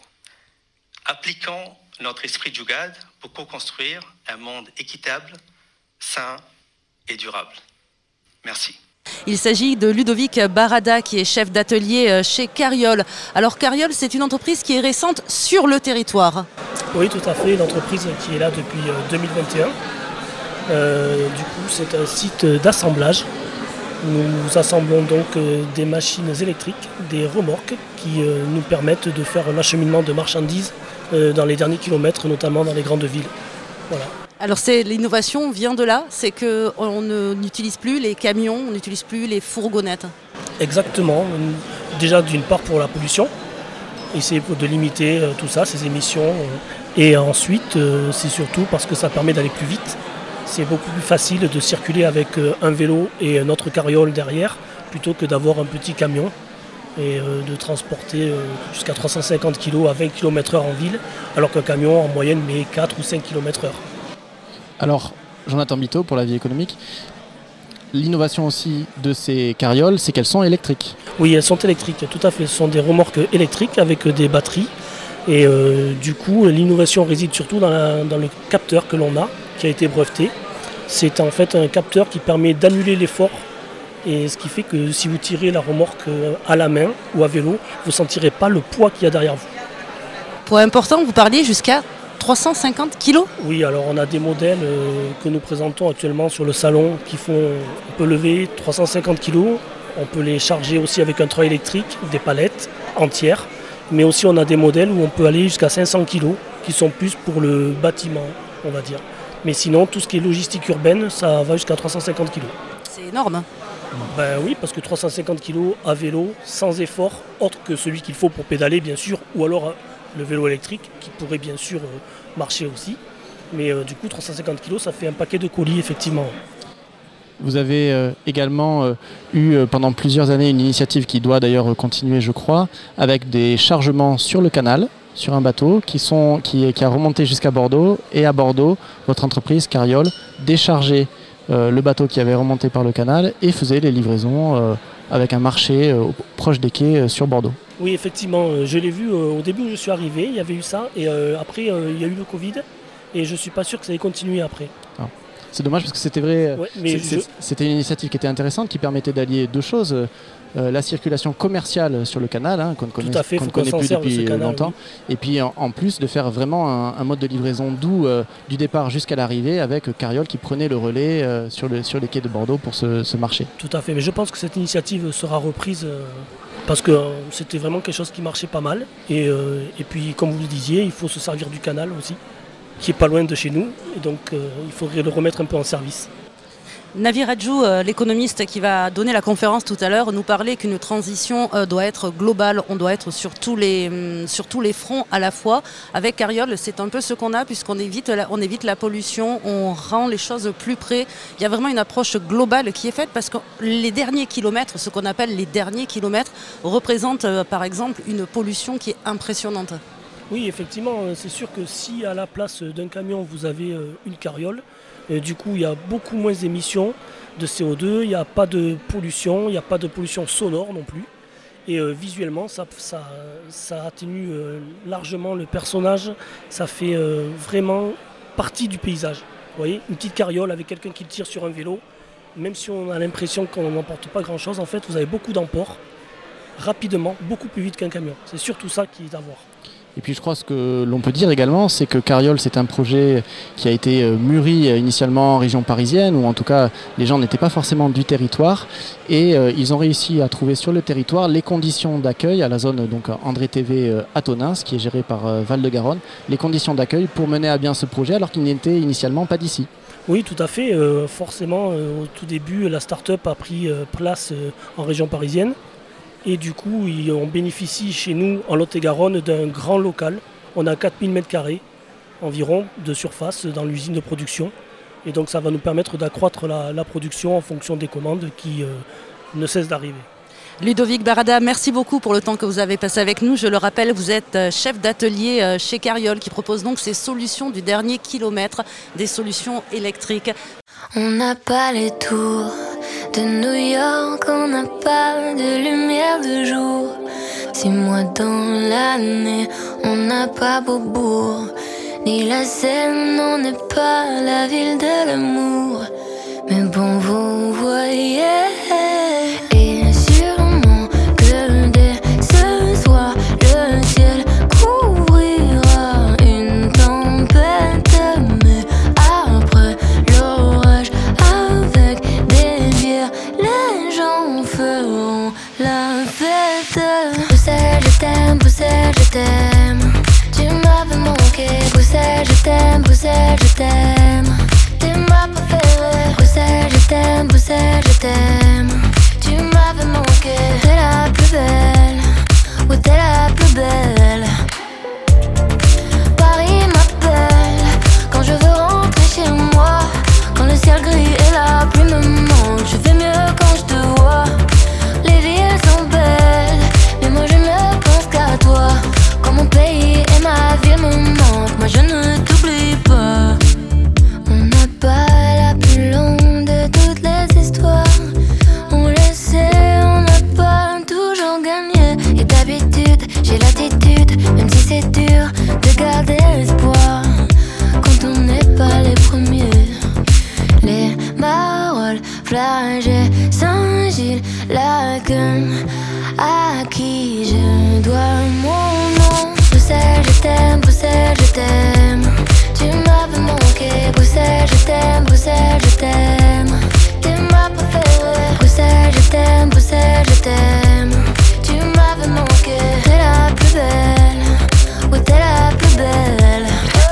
Appliquons notre esprit Jugaad pour co-construire un monde équitable, sain et durable. Merci. Il s'agit de Ludovic Barada qui est chef d'atelier chez Cariol. Alors Cariol, c'est une entreprise qui est récente sur le territoire. Oui, tout à fait, l'entreprise qui est là depuis deux mille vingt et un. Euh, du coup, c'est un site d'assemblage. Nous assemblons donc euh, des machines électriques, des remorques qui euh, nous permettent de faire l'acheminement de marchandises euh, dans les derniers kilomètres, notamment dans les grandes villes. Voilà. Alors c'est, l'innovation vient de là, c'est qu'on n'utilise plus les camions, on n'utilise plus les fourgonnettes. Exactement. Déjà d'une part pour la pollution, essayer de limiter euh, tout ça, ces émissions. Euh, et ensuite, euh, c'est surtout parce que ça permet d'aller plus vite. C'est beaucoup plus facile de circuler avec un vélo et notre carriole derrière plutôt que d'avoir un petit camion et de transporter jusqu'à trois cent cinquante kilos à vingt kilomètres heure en ville, alors qu'un camion en moyenne met quatre ou cinq kilomètres heure. Alors, Jonathan Biteau pour la vie économique, l'innovation aussi de ces carrioles, c'est qu'elles sont électriques. Oui, elles sont électriques, tout à fait. Ce sont des remorques électriques avec des batteries. Et euh, du coup, l'innovation réside surtout dans, la, dans le capteur que l'on a, qui a été breveté. C'est en fait un capteur qui permet d'annuler l'effort, et ce qui fait que si vous tirez la remorque à la main ou à vélo, vous ne sentirez pas le poids qu'il y a derrière vous. Point important, vous parliez jusqu'à trois cent cinquante kilos ? Oui, alors on a des modèles euh, que nous présentons actuellement sur le salon qui font, on peut lever trois cent cinquante kilos, on peut les charger aussi avec un treuil électrique, des palettes entières, mais aussi on a des modèles où on peut aller jusqu'à cinq cents kilos, qui sont plus pour le bâtiment, on va dire. Mais sinon, tout ce qui est logistique urbaine, ça va jusqu'à trois cent cinquante kilos. C'est énorme. Ben oui, parce que trois cent cinquante kilos à vélo, sans effort, autre que celui qu'il faut pour pédaler, bien sûr, ou alors le vélo électrique, qui pourrait bien sûr marcher aussi. Mais euh, du coup, trois cent cinquante kilos, ça fait un paquet de colis, effectivement. Vous avez euh, également euh, eu euh, pendant plusieurs années une initiative qui doit d'ailleurs continuer, je crois, avec des chargements sur le canal, sur un bateau qui, sont, qui, qui a remonté jusqu'à Bordeaux, et à Bordeaux, votre entreprise Cariol déchargeait euh, le bateau qui avait remonté par le canal et faisait les livraisons euh, avec un marché euh, proche des quais euh, sur Bordeaux. Oui, effectivement, euh, je l'ai vu euh, au début où je suis arrivé, il y avait eu ça, et euh, après euh, il y a eu le Covid, et je ne suis pas sûr que ça ait continué après. Ah. C'est dommage parce que c'était vrai, Ouais, mais c'est- je- c'est- c'était une initiative qui était intéressante, qui permettait d'allier deux choses. Euh, la circulation commerciale sur le canal, hein, qu'on ne connaît, à fait, qu'on faut ne connaît qu'on s'en plus serve de ce depuis canal, longtemps. Et puis en, en plus de faire vraiment un, un mode de livraison doux euh, du départ jusqu'à l'arrivée avec Carriol qui prenait le relais euh, sur, le, sur les quais de Bordeaux pour ce, ce marché. Tout à fait, mais je pense que cette initiative sera reprise euh, parce que euh, c'était vraiment quelque chose qui marchait pas mal. Et, euh, et puis, comme vous le disiez, il faut se servir du canal aussi, qui est pas loin de chez nous, et donc euh, il faudrait le remettre un peu en service. Navi Radjou, euh, l'économiste qui va donner la conférence tout à l'heure, nous parlait qu'une transition euh, doit être globale, on doit être sur tous, les, hum, sur tous les fronts à la fois. Avec Carriol, c'est un peu ce qu'on a puisqu'on évite la, on évite la pollution, on rend les choses plus près. Il y a vraiment une approche globale qui est faite parce que les derniers kilomètres, ce qu'on appelle les derniers kilomètres, représentent euh, par exemple une pollution qui est impressionnante. Oui, effectivement, euh, c'est sûr que si à la place d'un camion vous avez euh, une carriole, euh, du coup il y a beaucoup moins d'émissions de C O deux, il n'y a pas de pollution, il n'y a pas de pollution sonore non plus. Et euh, visuellement, ça, ça, ça atténue euh, largement le personnage, ça fait euh, vraiment partie du paysage. Vous voyez, une petite carriole avec quelqu'un qui tire sur un vélo, même si on a l'impression qu'on n'emporte pas grand-chose, en fait, vous avez beaucoup d'emport, rapidement, beaucoup plus vite qu'un camion. C'est surtout ça qui est à voir. Et puis je crois ce que l'on peut dire également, c'est que Carriol, c'est un projet qui a été euh, mûri euh, initialement en région parisienne, ou en tout cas les gens n'étaient pas forcément du territoire, et euh, ils ont réussi à trouver sur le territoire les conditions d'accueil à la zone donc André T V euh, à Tonins, qui est gérée par euh, Val-de-Garonne, les conditions d'accueil pour mener à bien ce projet alors qu'il n'était initialement pas d'ici. Oui, tout à fait. Euh, forcément, euh, au tout début, la start-up a pris euh, place euh, en région parisienne. Et du coup, il- on bénéficie chez nous, en Lot-et-Garonne, d'un grand local. On a quatre mille mètres carrés environ de surface dans l'usine de production. Et donc, ça va nous permettre d'accroître la, la production en fonction des commandes qui euh, ne cessent d'arriver. Ludovic Barada, merci beaucoup pour le temps que vous avez passé avec nous. Je le rappelle, vous êtes euh, chef d'atelier euh, chez Carriol qui propose donc ces solutions du dernier kilomètre, des solutions électriques. On n'a pas les tours de New York, on n'a pas de lumière de jour. Six mois dans l'année, on n'a pas Beaubourg, ni la Seine, on n'est pas la ville de l'amour. Mais bon, vous voyez, et sûrement que dès ce soir, le ciel couvrira une tempête. Mais après l'orage, avec des bières, les gens feront la fête. Bruxelles, je t'aime, Bruxelles, je t'aime. Tu m'avais manqué, Bruxelles, je t'aime, Bruxelles, je t'aime. T'es ma préférée. Bruxelles, je t'aime, Bruxelles, je t'aime. Tu m'avais manqué. T'es la plus belle, oui t'es la plus belle. Paris m'appelle quand je veux rentrer chez moi. Quand le ciel gris et la pluie me manquent, je vais mieux quand je te vois. Les villes sont belles, mais moi je ne pense qu'à toi. Quand mon pays et ma ville me manquent, moi je ne t'oublie pas. On n'a pas la plus longue de toutes les histoires. On le sait, on n'a pas toujours gagné. Et d'habitude, j'ai l'attitude, même si c'est dur, de garder l'espoir. Quand on n'est pas les premiers. Les paroles flagées, Saint-Gilles, la gueule, à qui je dois mon nom. Bruxelles, je t'aime, Bruxelles, je t'aime. Tu m'avais manqué, Bruxelles, je t'aime, Bruxelles, je t'aime. T'es ma préférée. Bruxelles, je t'aime, Bruxelles, je t'aime. Tu m'avais manqué. T'es la plus belle, oui t'es la plus belle.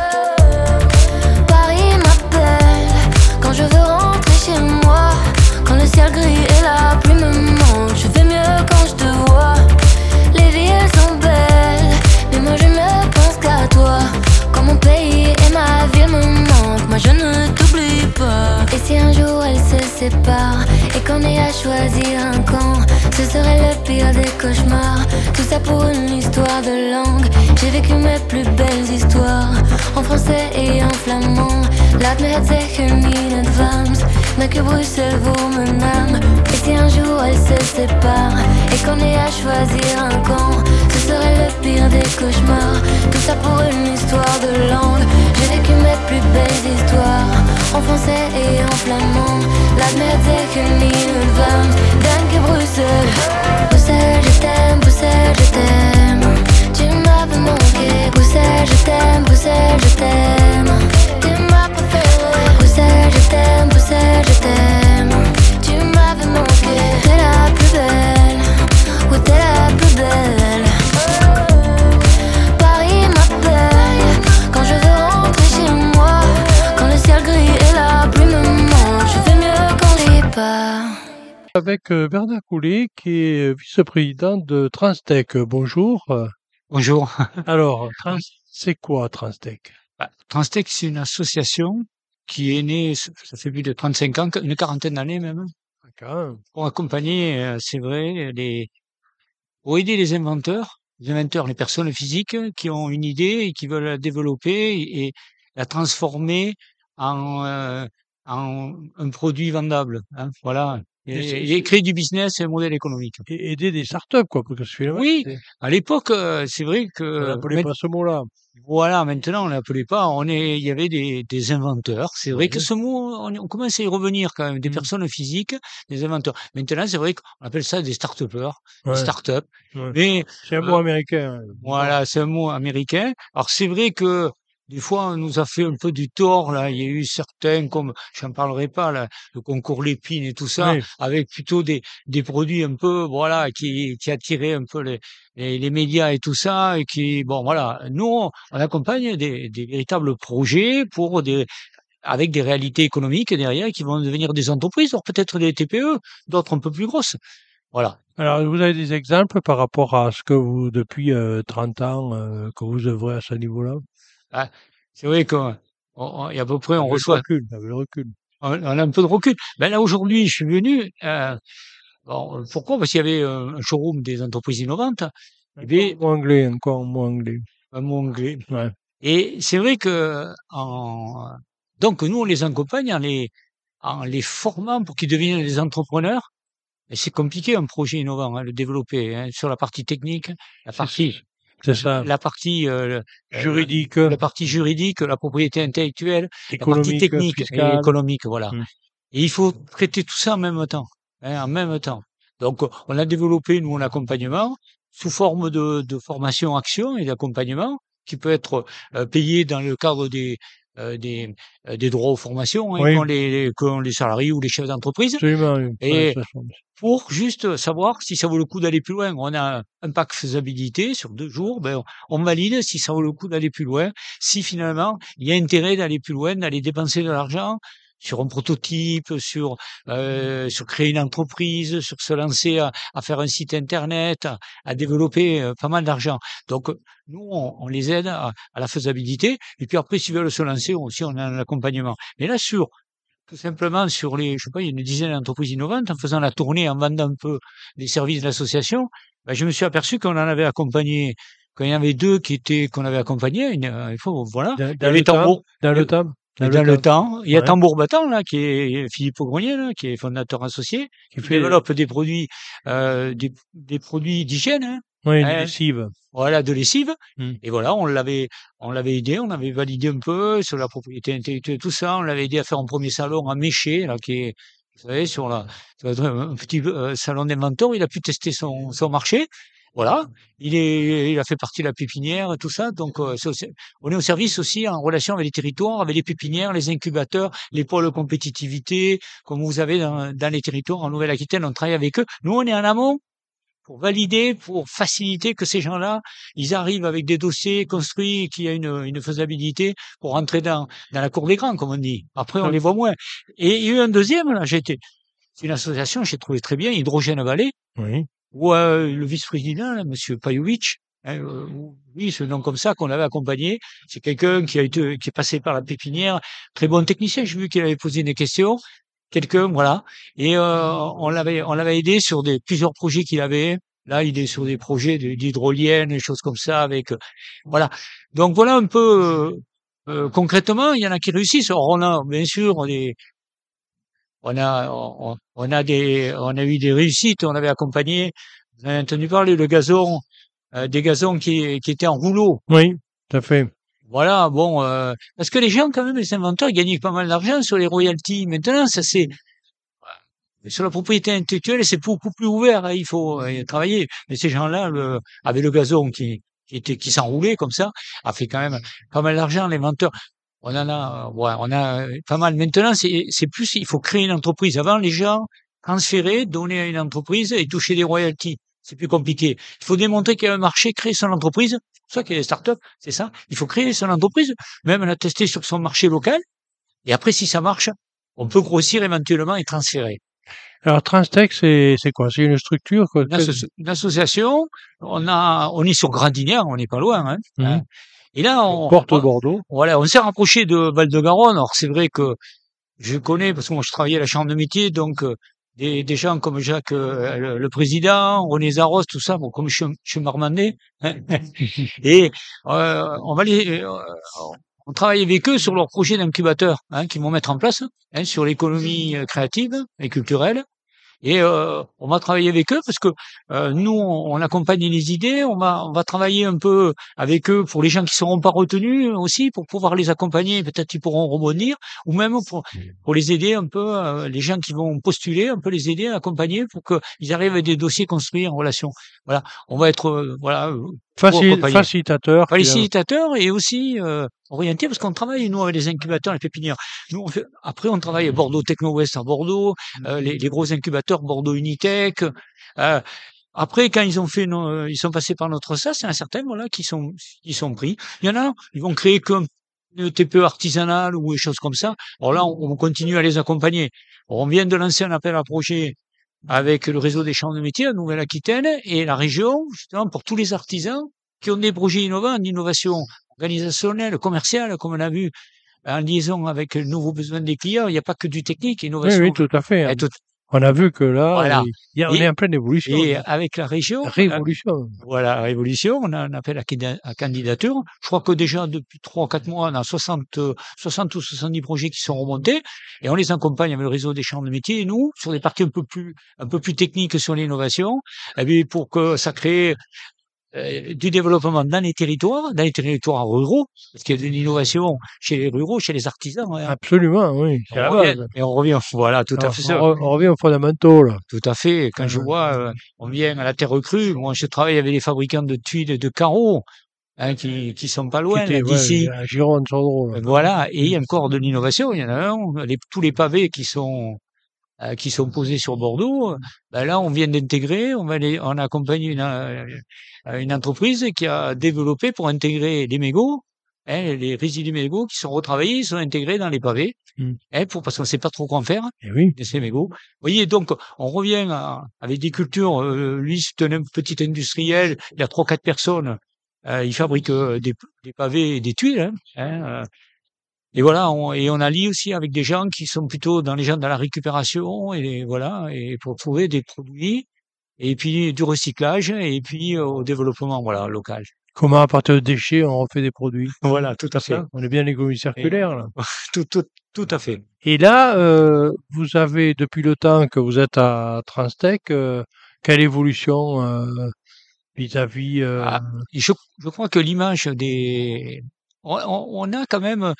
Paris m'appelle quand je veux rentrer chez moi. Quand le ciel gris et la pluie me manquent, je vais mieux quand je te vois. Les villes sont belles, mais moi je ne pense qu'à toi. Quand mon pays et ma ville me manquent, moi je ne t'oublie pas. Et si un jour elles se séparent et qu'on ait à choisir un camp, ce serait le pire des cauchemars. Tout ça pour une histoire de langue. J'ai vécu mes plus belles histoires en français et en flamand. Laat me het zeggen in het Vlaams, maar que Bruxelles vous me nomme. Et si si un jour elles se séparent et qu'on ait à choisir un camp, ce serait le pire des cauchemars. Tout ça pour une histoire de langue. J'ai vécu mes plus belles histoires en français et en flamand. Laat me het zeggen in het Vlaams. Dank Bruxelles. Bruxelles, je t'aime, Bruxelles, je t'aime. Tu m'avais manqué. Bruxelles, je t'aime, Bruxelles, je t'aime. Tu m'as pas fait. Bruxelles, je t'aime, Bruxelles, je t'aime. Tu m'avais manqué. T'es la plus belle. Oui, t'es la plus belle. Paris m'appelle quand je veux rentrer chez moi. Quand le ciel gris et la pluie me manque, je fais mieux quand j'y pas. Avec euh, Bernard Coulet, qui est vice-président de Transtech. Bonjour. Bonjour. Alors, Trans, c'est quoi Transtech? Bah, Transtech, c'est une association qui est née, ça fait plus de trente-cinq ans, une quarantaine d'années même, D'accord. pour accompagner, euh, c'est vrai, les, pour aider les inventeurs, les inventeurs, les personnes physiques qui ont une idée et qui veulent la développer et, et la transformer en, euh, en un produit vendable. Hein, voilà. Et c'est- Et, et créer du business et un modèle économique. Et aider des startups, quoi, parce que finalement, Oui, c'est- à l'époque, euh, c'est vrai on que n'appelait maint- pas ce mot-là. voilà, maintenant on l'appelait pas. On est, il y avait des, des inventeurs. C'est vrai Oui. que ce mot, on, on commence à y revenir quand même. Des Mm. personnes physiques, des inventeurs. Maintenant, c'est vrai qu'on appelle ça des start-upers, des Ouais. start-up. Ouais. Mais C'est un mot euh, américain. voilà, c'est un mot américain. Alors c'est vrai que des fois on nous a fait un peu du tort là. Il y a eu certains, comme j'en parlerai pas là, le concours Lépine et tout ça, Oui. avec plutôt des des produits un peu voilà qui qui attiraient un peu les les, les médias et tout ça et qui bon voilà. Nous on, on accompagne des des véritables projets pour des avec des réalités économiques derrière qui vont devenir des entreprises, alors peut-être des T P E, d'autres un peu plus grosses. Voilà. Alors, vous avez des exemples par rapport à ce que vous, depuis euh, trente ans, euh, que vous œuvrez à ce niveau-là? Ah, c'est vrai qu'on on, on- et à peu près on Avec le reçoit recul, avec le recul. on on a un peu de recul. Ben là aujourd'hui, je suis venu. Euh, bon, pourquoi? Parce qu'il y avait euh, un showroom des entreprises innovantes. Et bien, Encore mot anglais, encore mot anglais. un mot anglais. Ouais. Et c'est vrai que en, donc nous on les accompagne en les en les formant pour qu'ils deviennent des entrepreneurs. Et c'est compliqué un projet innovant, hein, le développer hein, sur la partie technique, la C'est partie c'est ça. la partie euh, euh, Juridique, la partie juridique, la propriété intellectuelle, la partie économique, technique et fiscale. économique, voilà. Mm. Et il faut traiter tout ça en même temps, hein, en même temps. Donc, on a développé, nous, un accompagnement sous forme de, de formation action et d'accompagnement qui peut être euh, payé dans le cadre des, euh, des, euh, des droits aux formations hein, Oui. qu'ont les, qu'ont les salariés ou les chefs d'entreprise. Absolument. Oui. Et Ouais, ça, ça- pour juste savoir si ça vaut le coup d'aller plus loin. On a un pack faisabilité sur deux jours, ben, on valide si ça vaut le coup d'aller plus loin, si finalement il y a intérêt d'aller plus loin, d'aller dépenser de l'argent sur un prototype, sur euh, sur créer une entreprise, sur se lancer à, à faire un site internet, à, à développer euh, pas mal d'argent. Donc nous on, on les aide à, à la faisabilité et puis après s'ils veulent se lancer aussi on a un accompagnement. Mais là sur tout simplement sur les, je sais pas, il y a une dizaine d'entreprises innovantes, en faisant la tournée, en vendant un peu les services de l'association, ben, je me suis aperçu qu'on en avait accompagné, qu'il y en avait deux qui étaient, qu'on avait accompagné, une, euh, il faut, voilà. Dans, Il y dans avait le temps, Tambour, dans le temps, dans, dans le temps. Il y a Ouais. Tambour Battant, là, qui est Philippe Grenier, là, qui est fondateur associé, qui qui fait, développe des produits, euh, des, des produits d'hygiène, hein, oui, une hein, lessive. voilà, de lessive. Mm. Et voilà, on l'avait, on l'avait aidé, on avait validé un peu sur la propriété intellectuelle, tout ça. On l'avait aidé à faire un premier salon à Méché, là, qui est, vous savez, sur la, sur un petit euh, salon d'inventeur. Il a pu tester son, son marché. Voilà. Il est, il a fait partie de la pépinière, tout ça. Donc, euh, c'est aussi- on est au service aussi en relation avec les territoires, avec les pépinières, les incubateurs, les pôles compétitivité, comme vous avez dans, dans les territoires en Nouvelle-Aquitaine. On travaille avec eux. Nous, on est en amont pour valider, pour faciliter que ces gens-là, ils arrivent avec des dossiers construits, qu'il y a une, une faisabilité pour rentrer dans, dans la cour des grands, comme on dit. Après, on les voit moins. Et il y a eu un deuxième, là, j'ai été, c'est une association, j'ai trouvé très bien, Hydrogène Vallée, Oui. où euh, le vice-président, là, monsieur Pajovic, hein, euh, oui, ce nom comme ça qu'on avait accompagné, c'est quelqu'un qui a été, qui est passé par la pépinière, très bon technicien, j'ai vu qu'il avait posé des questions, quelqu'un, voilà, et euh, on l'avait, on l'avait aidé sur des plusieurs projets qu'il avait. Là, il est sur des projets de- d'hydroliennes, des choses comme ça, avec, euh, voilà. Donc voilà un peu euh, euh, concrètement, il y en a qui réussissent. Alors on a bien sûr des on a, on, on a des, on a eu des réussites. On avait accompagné, vous avez entendu parler, le gazon, euh, des gazons qui, qui étaient en rouleau. Oui, tout à fait. Voilà, bon, euh, parce que les gens, quand même, les inventeurs, ils gagnaient pas mal d'argent sur les royalties. Maintenant, ça c'est, sur la propriété intellectuelle, c'est beaucoup plus ouvert. Hein, il faut euh, travailler. Mais ces gens-là, le, avec le gazon qui, qui était, qui s'enroulait comme ça, a fait quand même pas mal d'argent. L'inventeur, on en a, euh, ouais, on a euh, pas mal. Maintenant, c'est, c'est plus, il faut créer une entreprise. Avant, les gens transféraient, donnaient à une entreprise et touchaient des royalties. C'est plus compliqué. Il faut démontrer qu'il y a un marché, créer son entreprise. C'est pour ça qu'il y a des startups, c'est ça. Il faut créer son entreprise, même la tester sur son marché local. Et après, si ça marche, on peut grossir éventuellement et transférer. Alors Transtech, c'est c'est quoi? C'est une structure quoi? Une, asso- une association. On a, on est sur Gradinière, on n'est pas loin. Hein. Mhm. Hein. Et là, on, Porte on- Bordeaux. voilà, on s'est rapproché de Val-de-Garonne. Alors c'est vrai que je connais parce que moi je travaillais à la chambre de métier, donc euh, des, des gens comme Jacques, euh, le, le président, René Zaros, tout ça. Bon, comme je, suis- je suis marmandais, hein. Et euh, on va les, euh, on travaille avec eux sur leur projet d'incubateur hein, qu'ils vont mettre en place hein, sur l'économie euh, créative et culturelle. Et euh, on va travailler avec eux parce que euh, nous, on, on accompagne les idées, on va, on va travailler un peu avec eux pour les gens qui seront pas retenus aussi, pour pouvoir les accompagner, peut-être ils pourront rebondir, ou même pour, pour les aider un peu, euh, les gens qui vont postuler, un peu les aider, accompagner pour qu'ils arrivent à des dossiers construits en relation. Voilà, on va être euh, voilà euh, Facil- accompagner. facilitateur. qui, euh, Facilitateur et aussi euh, orienté parce qu'on travaille nous avec les incubateurs, les pépinières. Nous on fait, après on travaille à Bordeaux Techno West à Bordeaux, euh, les, les gros incubateurs Bordeaux Unitech. Euh, après quand ils ont fait, nos, ils sont passés par notre S A S, il y en a certains voilà qui sont qui sont pris. Il y en a, ils vont créer comme une T P E artisanale ou des choses comme ça. Alors là on, on continue à les accompagner. On vient de lancer un appel à projet avec le réseau des chambres de métiers à Nouvelle-Aquitaine et la région, justement, pour tous les artisans qui ont des projets innovants, d'innovation organisationnelle, commerciale, comme on a vu, en liaison avec le nouveau besoin des clients. Il n'y a pas que du technique, Oui, innovation. oui, tout à fait. hein. Et, tout- On a vu que là, Voilà. il y a- on Et- est en pleine évolution. et avec la région, Révolution. voilà, la révolution, on a un appel à, canda- à candidature. Je crois que déjà depuis trois ou quatre mois, on a soixante, euh, soixante ou soixante-dix projets qui sont remontés et on les accompagne avec le réseau des chambres de métiers et nous, sur des parties un peu plus, un peu plus techniques sur l'innovation, eh bien, pour que ça crée euh, du développement dans les territoires, dans les territoires ruraux, parce qu'il y a de l'innovation chez les ruraux, chez les artisans. hein. Absolument, oui. C'est On la revient- base. et on revient, voilà, tout à Alors, fait on, ça. re- on revient aux fondamentaux, là. Tout à fait. Quand je Euh, vois, euh, on vient à la terre crue, moi je travaille avec les fabricants de tuiles et de carreaux, hein, qui, qui sont pas loin qui était, là, ouais, d'ici. à Gironde, Sandro, là. Euh, Voilà. Et il y a encore de l'innovation. Il y en a un, les- tous les pavés qui sont euh, qui sont posés sur Bordeaux. Ben là, on vient d'intégrer, on va les, on accompagne une euh, une entreprise qui a développé pour intégrer les mégots. Hein, les résidus mégots qui sont retravaillés, ils sont intégrés dans les pavés, Mm. hein, pour parce qu'on sait pas trop quoi en faire Eh oui. de ces mégots. Vous voyez, donc, on revient à- avec des cultures. Euh, lui, c'est un petit industriel. Il a trois, quatre personnes. Euh, il fabrique euh, des, des pavés et des tuiles. Hein, hein, euh. et voilà, on, et on allie aussi avec des gens qui sont plutôt dans les gens dans la récupération et les- voilà, et pour trouver des produits et puis du recyclage et puis euh, au développement voilà local. Comment, à partir de déchets, on refait des produits. Voilà, tout à C'est fait. ça. On est bien l'économie circulaire, là. Tout, tout, tout à fait. Et là, euh, vous avez, depuis le temps que vous êtes à Transtech, euh, quelle évolution euh, vis-à-vis... euh, Ah, et je, je crois que l'image des... On, on- on a quand même...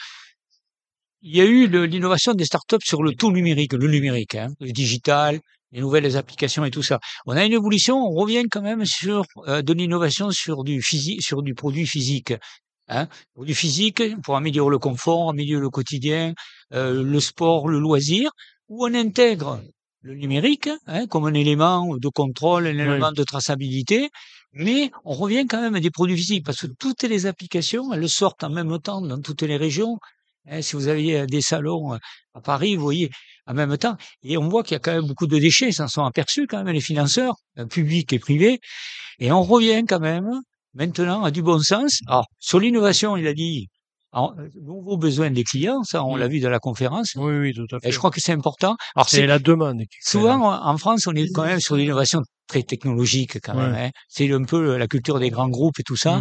Il y a eu le- l'innovation des startups sur le tout numérique, le numérique, hein, le digital, les nouvelles applications et tout ça. On a une évolution, on revient quand même sur euh, de l'innovation sur du physique, sur du produit physique. Hein, produit physique pour améliorer le confort, améliorer le quotidien, euh, le sport, le loisir, où on intègre le numérique hein, comme un élément de contrôle, un élément de traçabilité, mais on revient quand même à des produits physiques parce que toutes les applications, elles sortent en même temps dans toutes les régions. Hein, si vous aviez des salons à Paris, vous voyez, en même temps, et on voit qu'il y a quand même beaucoup de déchets, ils s'en sont aperçus quand même les financeurs, euh, publics et privés, et on revient quand même maintenant à du bon sens. Alors, sur l'innovation, il a dit, alors, nouveaux besoins des clients, ça on l'a vu dans la conférence, Oui, oui, tout à fait. et je crois que c'est important. Alors, C'est c'est la demande. qui fait souvent la- en en France, on est quand même sur l'innovation très technologique quand même. Ouais. Hein. C'est un peu la culture des grands groupes et tout ça. Mm.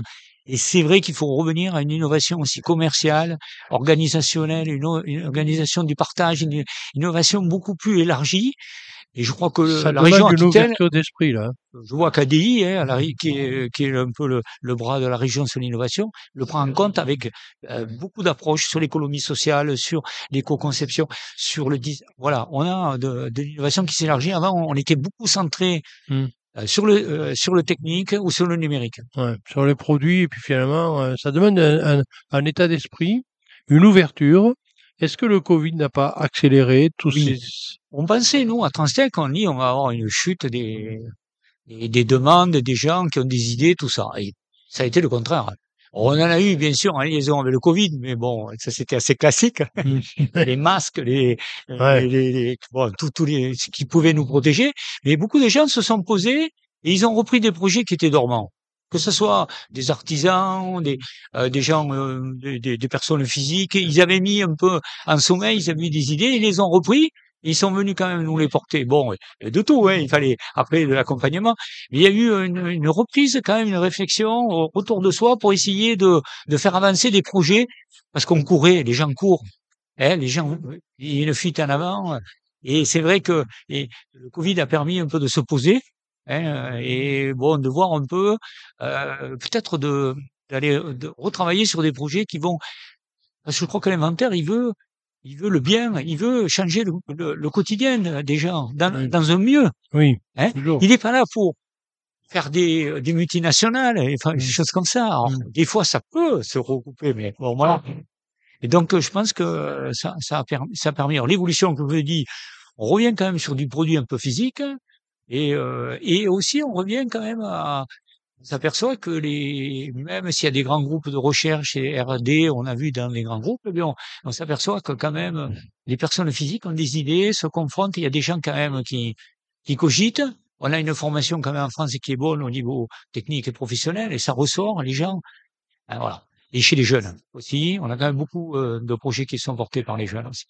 Et c'est vrai qu'il faut revenir à une innovation aussi commerciale, organisationnelle, une, o- une organisation du partage, une innovation beaucoup plus élargie. Et je crois que le- Ça la région demande une Aquitaine, ouverture d'esprit, là. je vois qu'A D I, hein, à la ri- qui, est, qui est un peu le, le bras de la région sur l'innovation, le prend en compte avec euh, beaucoup d'approches sur l'économie sociale, sur l'éco-conception, sur le dis- voilà, on a de, de l'innovation qui s'élargit. Avant, on était beaucoup centré Hmm. euh, sur le euh, sur le technique ou sur le numérique. Ouais, sur les produits, et puis finalement, euh, ça demande un, un- un état d'esprit, une ouverture. Est-ce que le Covid n'a pas accéléré tous Oui. ces... On pensait, nous, à Transtech, on dit on va avoir une chute des, des, des demandes, des gens qui ont des idées, tout ça. Et ça a été le contraire. On en a eu, bien sûr, en liaison avec le Covid, mais bon, ça c'était assez classique. Hmm. Les masques, les, Ouais. les, les, les- bon, tout, tous les, ce qui pouvait nous protéger. Mais beaucoup de gens se sont posés et ils ont repris des projets qui étaient dormants. Que ce soit des artisans, des, euh, des gens, euh, des, des- des personnes physiques, ils avaient mis un peu en sommeil, ils avaient mis des idées, ils les ont repris, et ils sont venus quand même nous les porter. Bon, et de tout, hein, il fallait après de l'accompagnement. Mais il y a eu une, une reprise, quand même, une réflexion au- autour de soi pour essayer de, de faire avancer des projets, parce qu'on courait, les gens courent, hein, les gens, il y a une fuite en avant. Et c'est vrai que et le Covid a permis un peu de se poser, hein, et bon, de voir un peu, euh, peut-être de d'aller de retravailler sur des projets qui vont, parce que je crois que l'inventaire, il veut, il veut le bien, il veut changer le, le, le quotidien des gens dans, Oui. dans un mieux. Oui, Hein. toujours. Il n'est pas là pour faire des, des multinationales, et enfin, des Mm. choses comme ça. Alors, Mm. des fois, ça peut se regrouper, mais bon, voilà. Et donc, euh, je pense que ça, ça a permis, ça a permis. Alors, l'évolution que je dis, on revient quand même sur du produit un peu physique, et, euh, et aussi, on revient quand même à, on s'aperçoit que les, même s'il y a des grands groupes de recherche et R et D, on a vu dans les grands groupes, eh bien, on, on s'aperçoit que quand même, les personnes physiques ont des idées, se confrontent, il y a des gens quand même qui, qui cogitent. On a une formation quand même en France qui est bonne au niveau technique et professionnel, et ça ressort, les gens, hein, voilà. Et chez les jeunes aussi, on a quand même beaucoup euh, de projets qui sont portés par les jeunes aussi.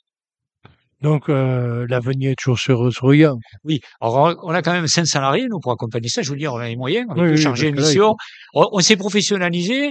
Donc, euh, l'avenir est toujours sur- souriant. Oui, alors on a quand même cinq salariés, nous, pour accompagner ça. Je veux dire, on a les moyens, on Oui, est oui, chargé parce de que là, il mission. faut- On, on s'est professionnalisé.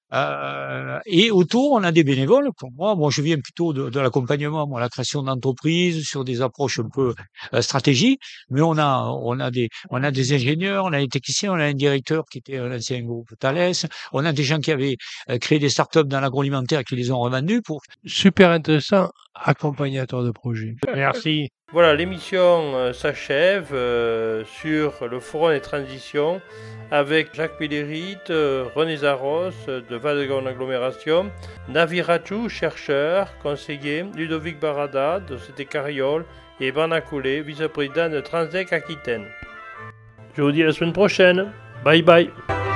Euh, et autour, on a des bénévoles. Pour moi, moi, je viens plutôt de, de l'accompagnement, moi, la création d'entreprises sur des approches un peu euh, stratégiques. Mais on a, on a des, on a des ingénieurs, on a des techniciens, on a un directeur qui était un ancien groupe Thales. On a des gens qui avaient euh, créé des startups dans l'agroalimentaire et qui les ont revendus pour. Super intéressant, accompagnateur de projet. Merci. Voilà, l'émission euh, s'achève euh, sur le Forum des transitions avec Jacques Pélérit, euh, René Zaros euh, de Val-de-Garonne Agglomération, Navi Radjou, chercheur, conseiller, Ludovic Barada de Société Carriole et Bernard Coulet, vice-président de Transdec Aquitaine. Je vous dis à la semaine prochaine. Bye bye.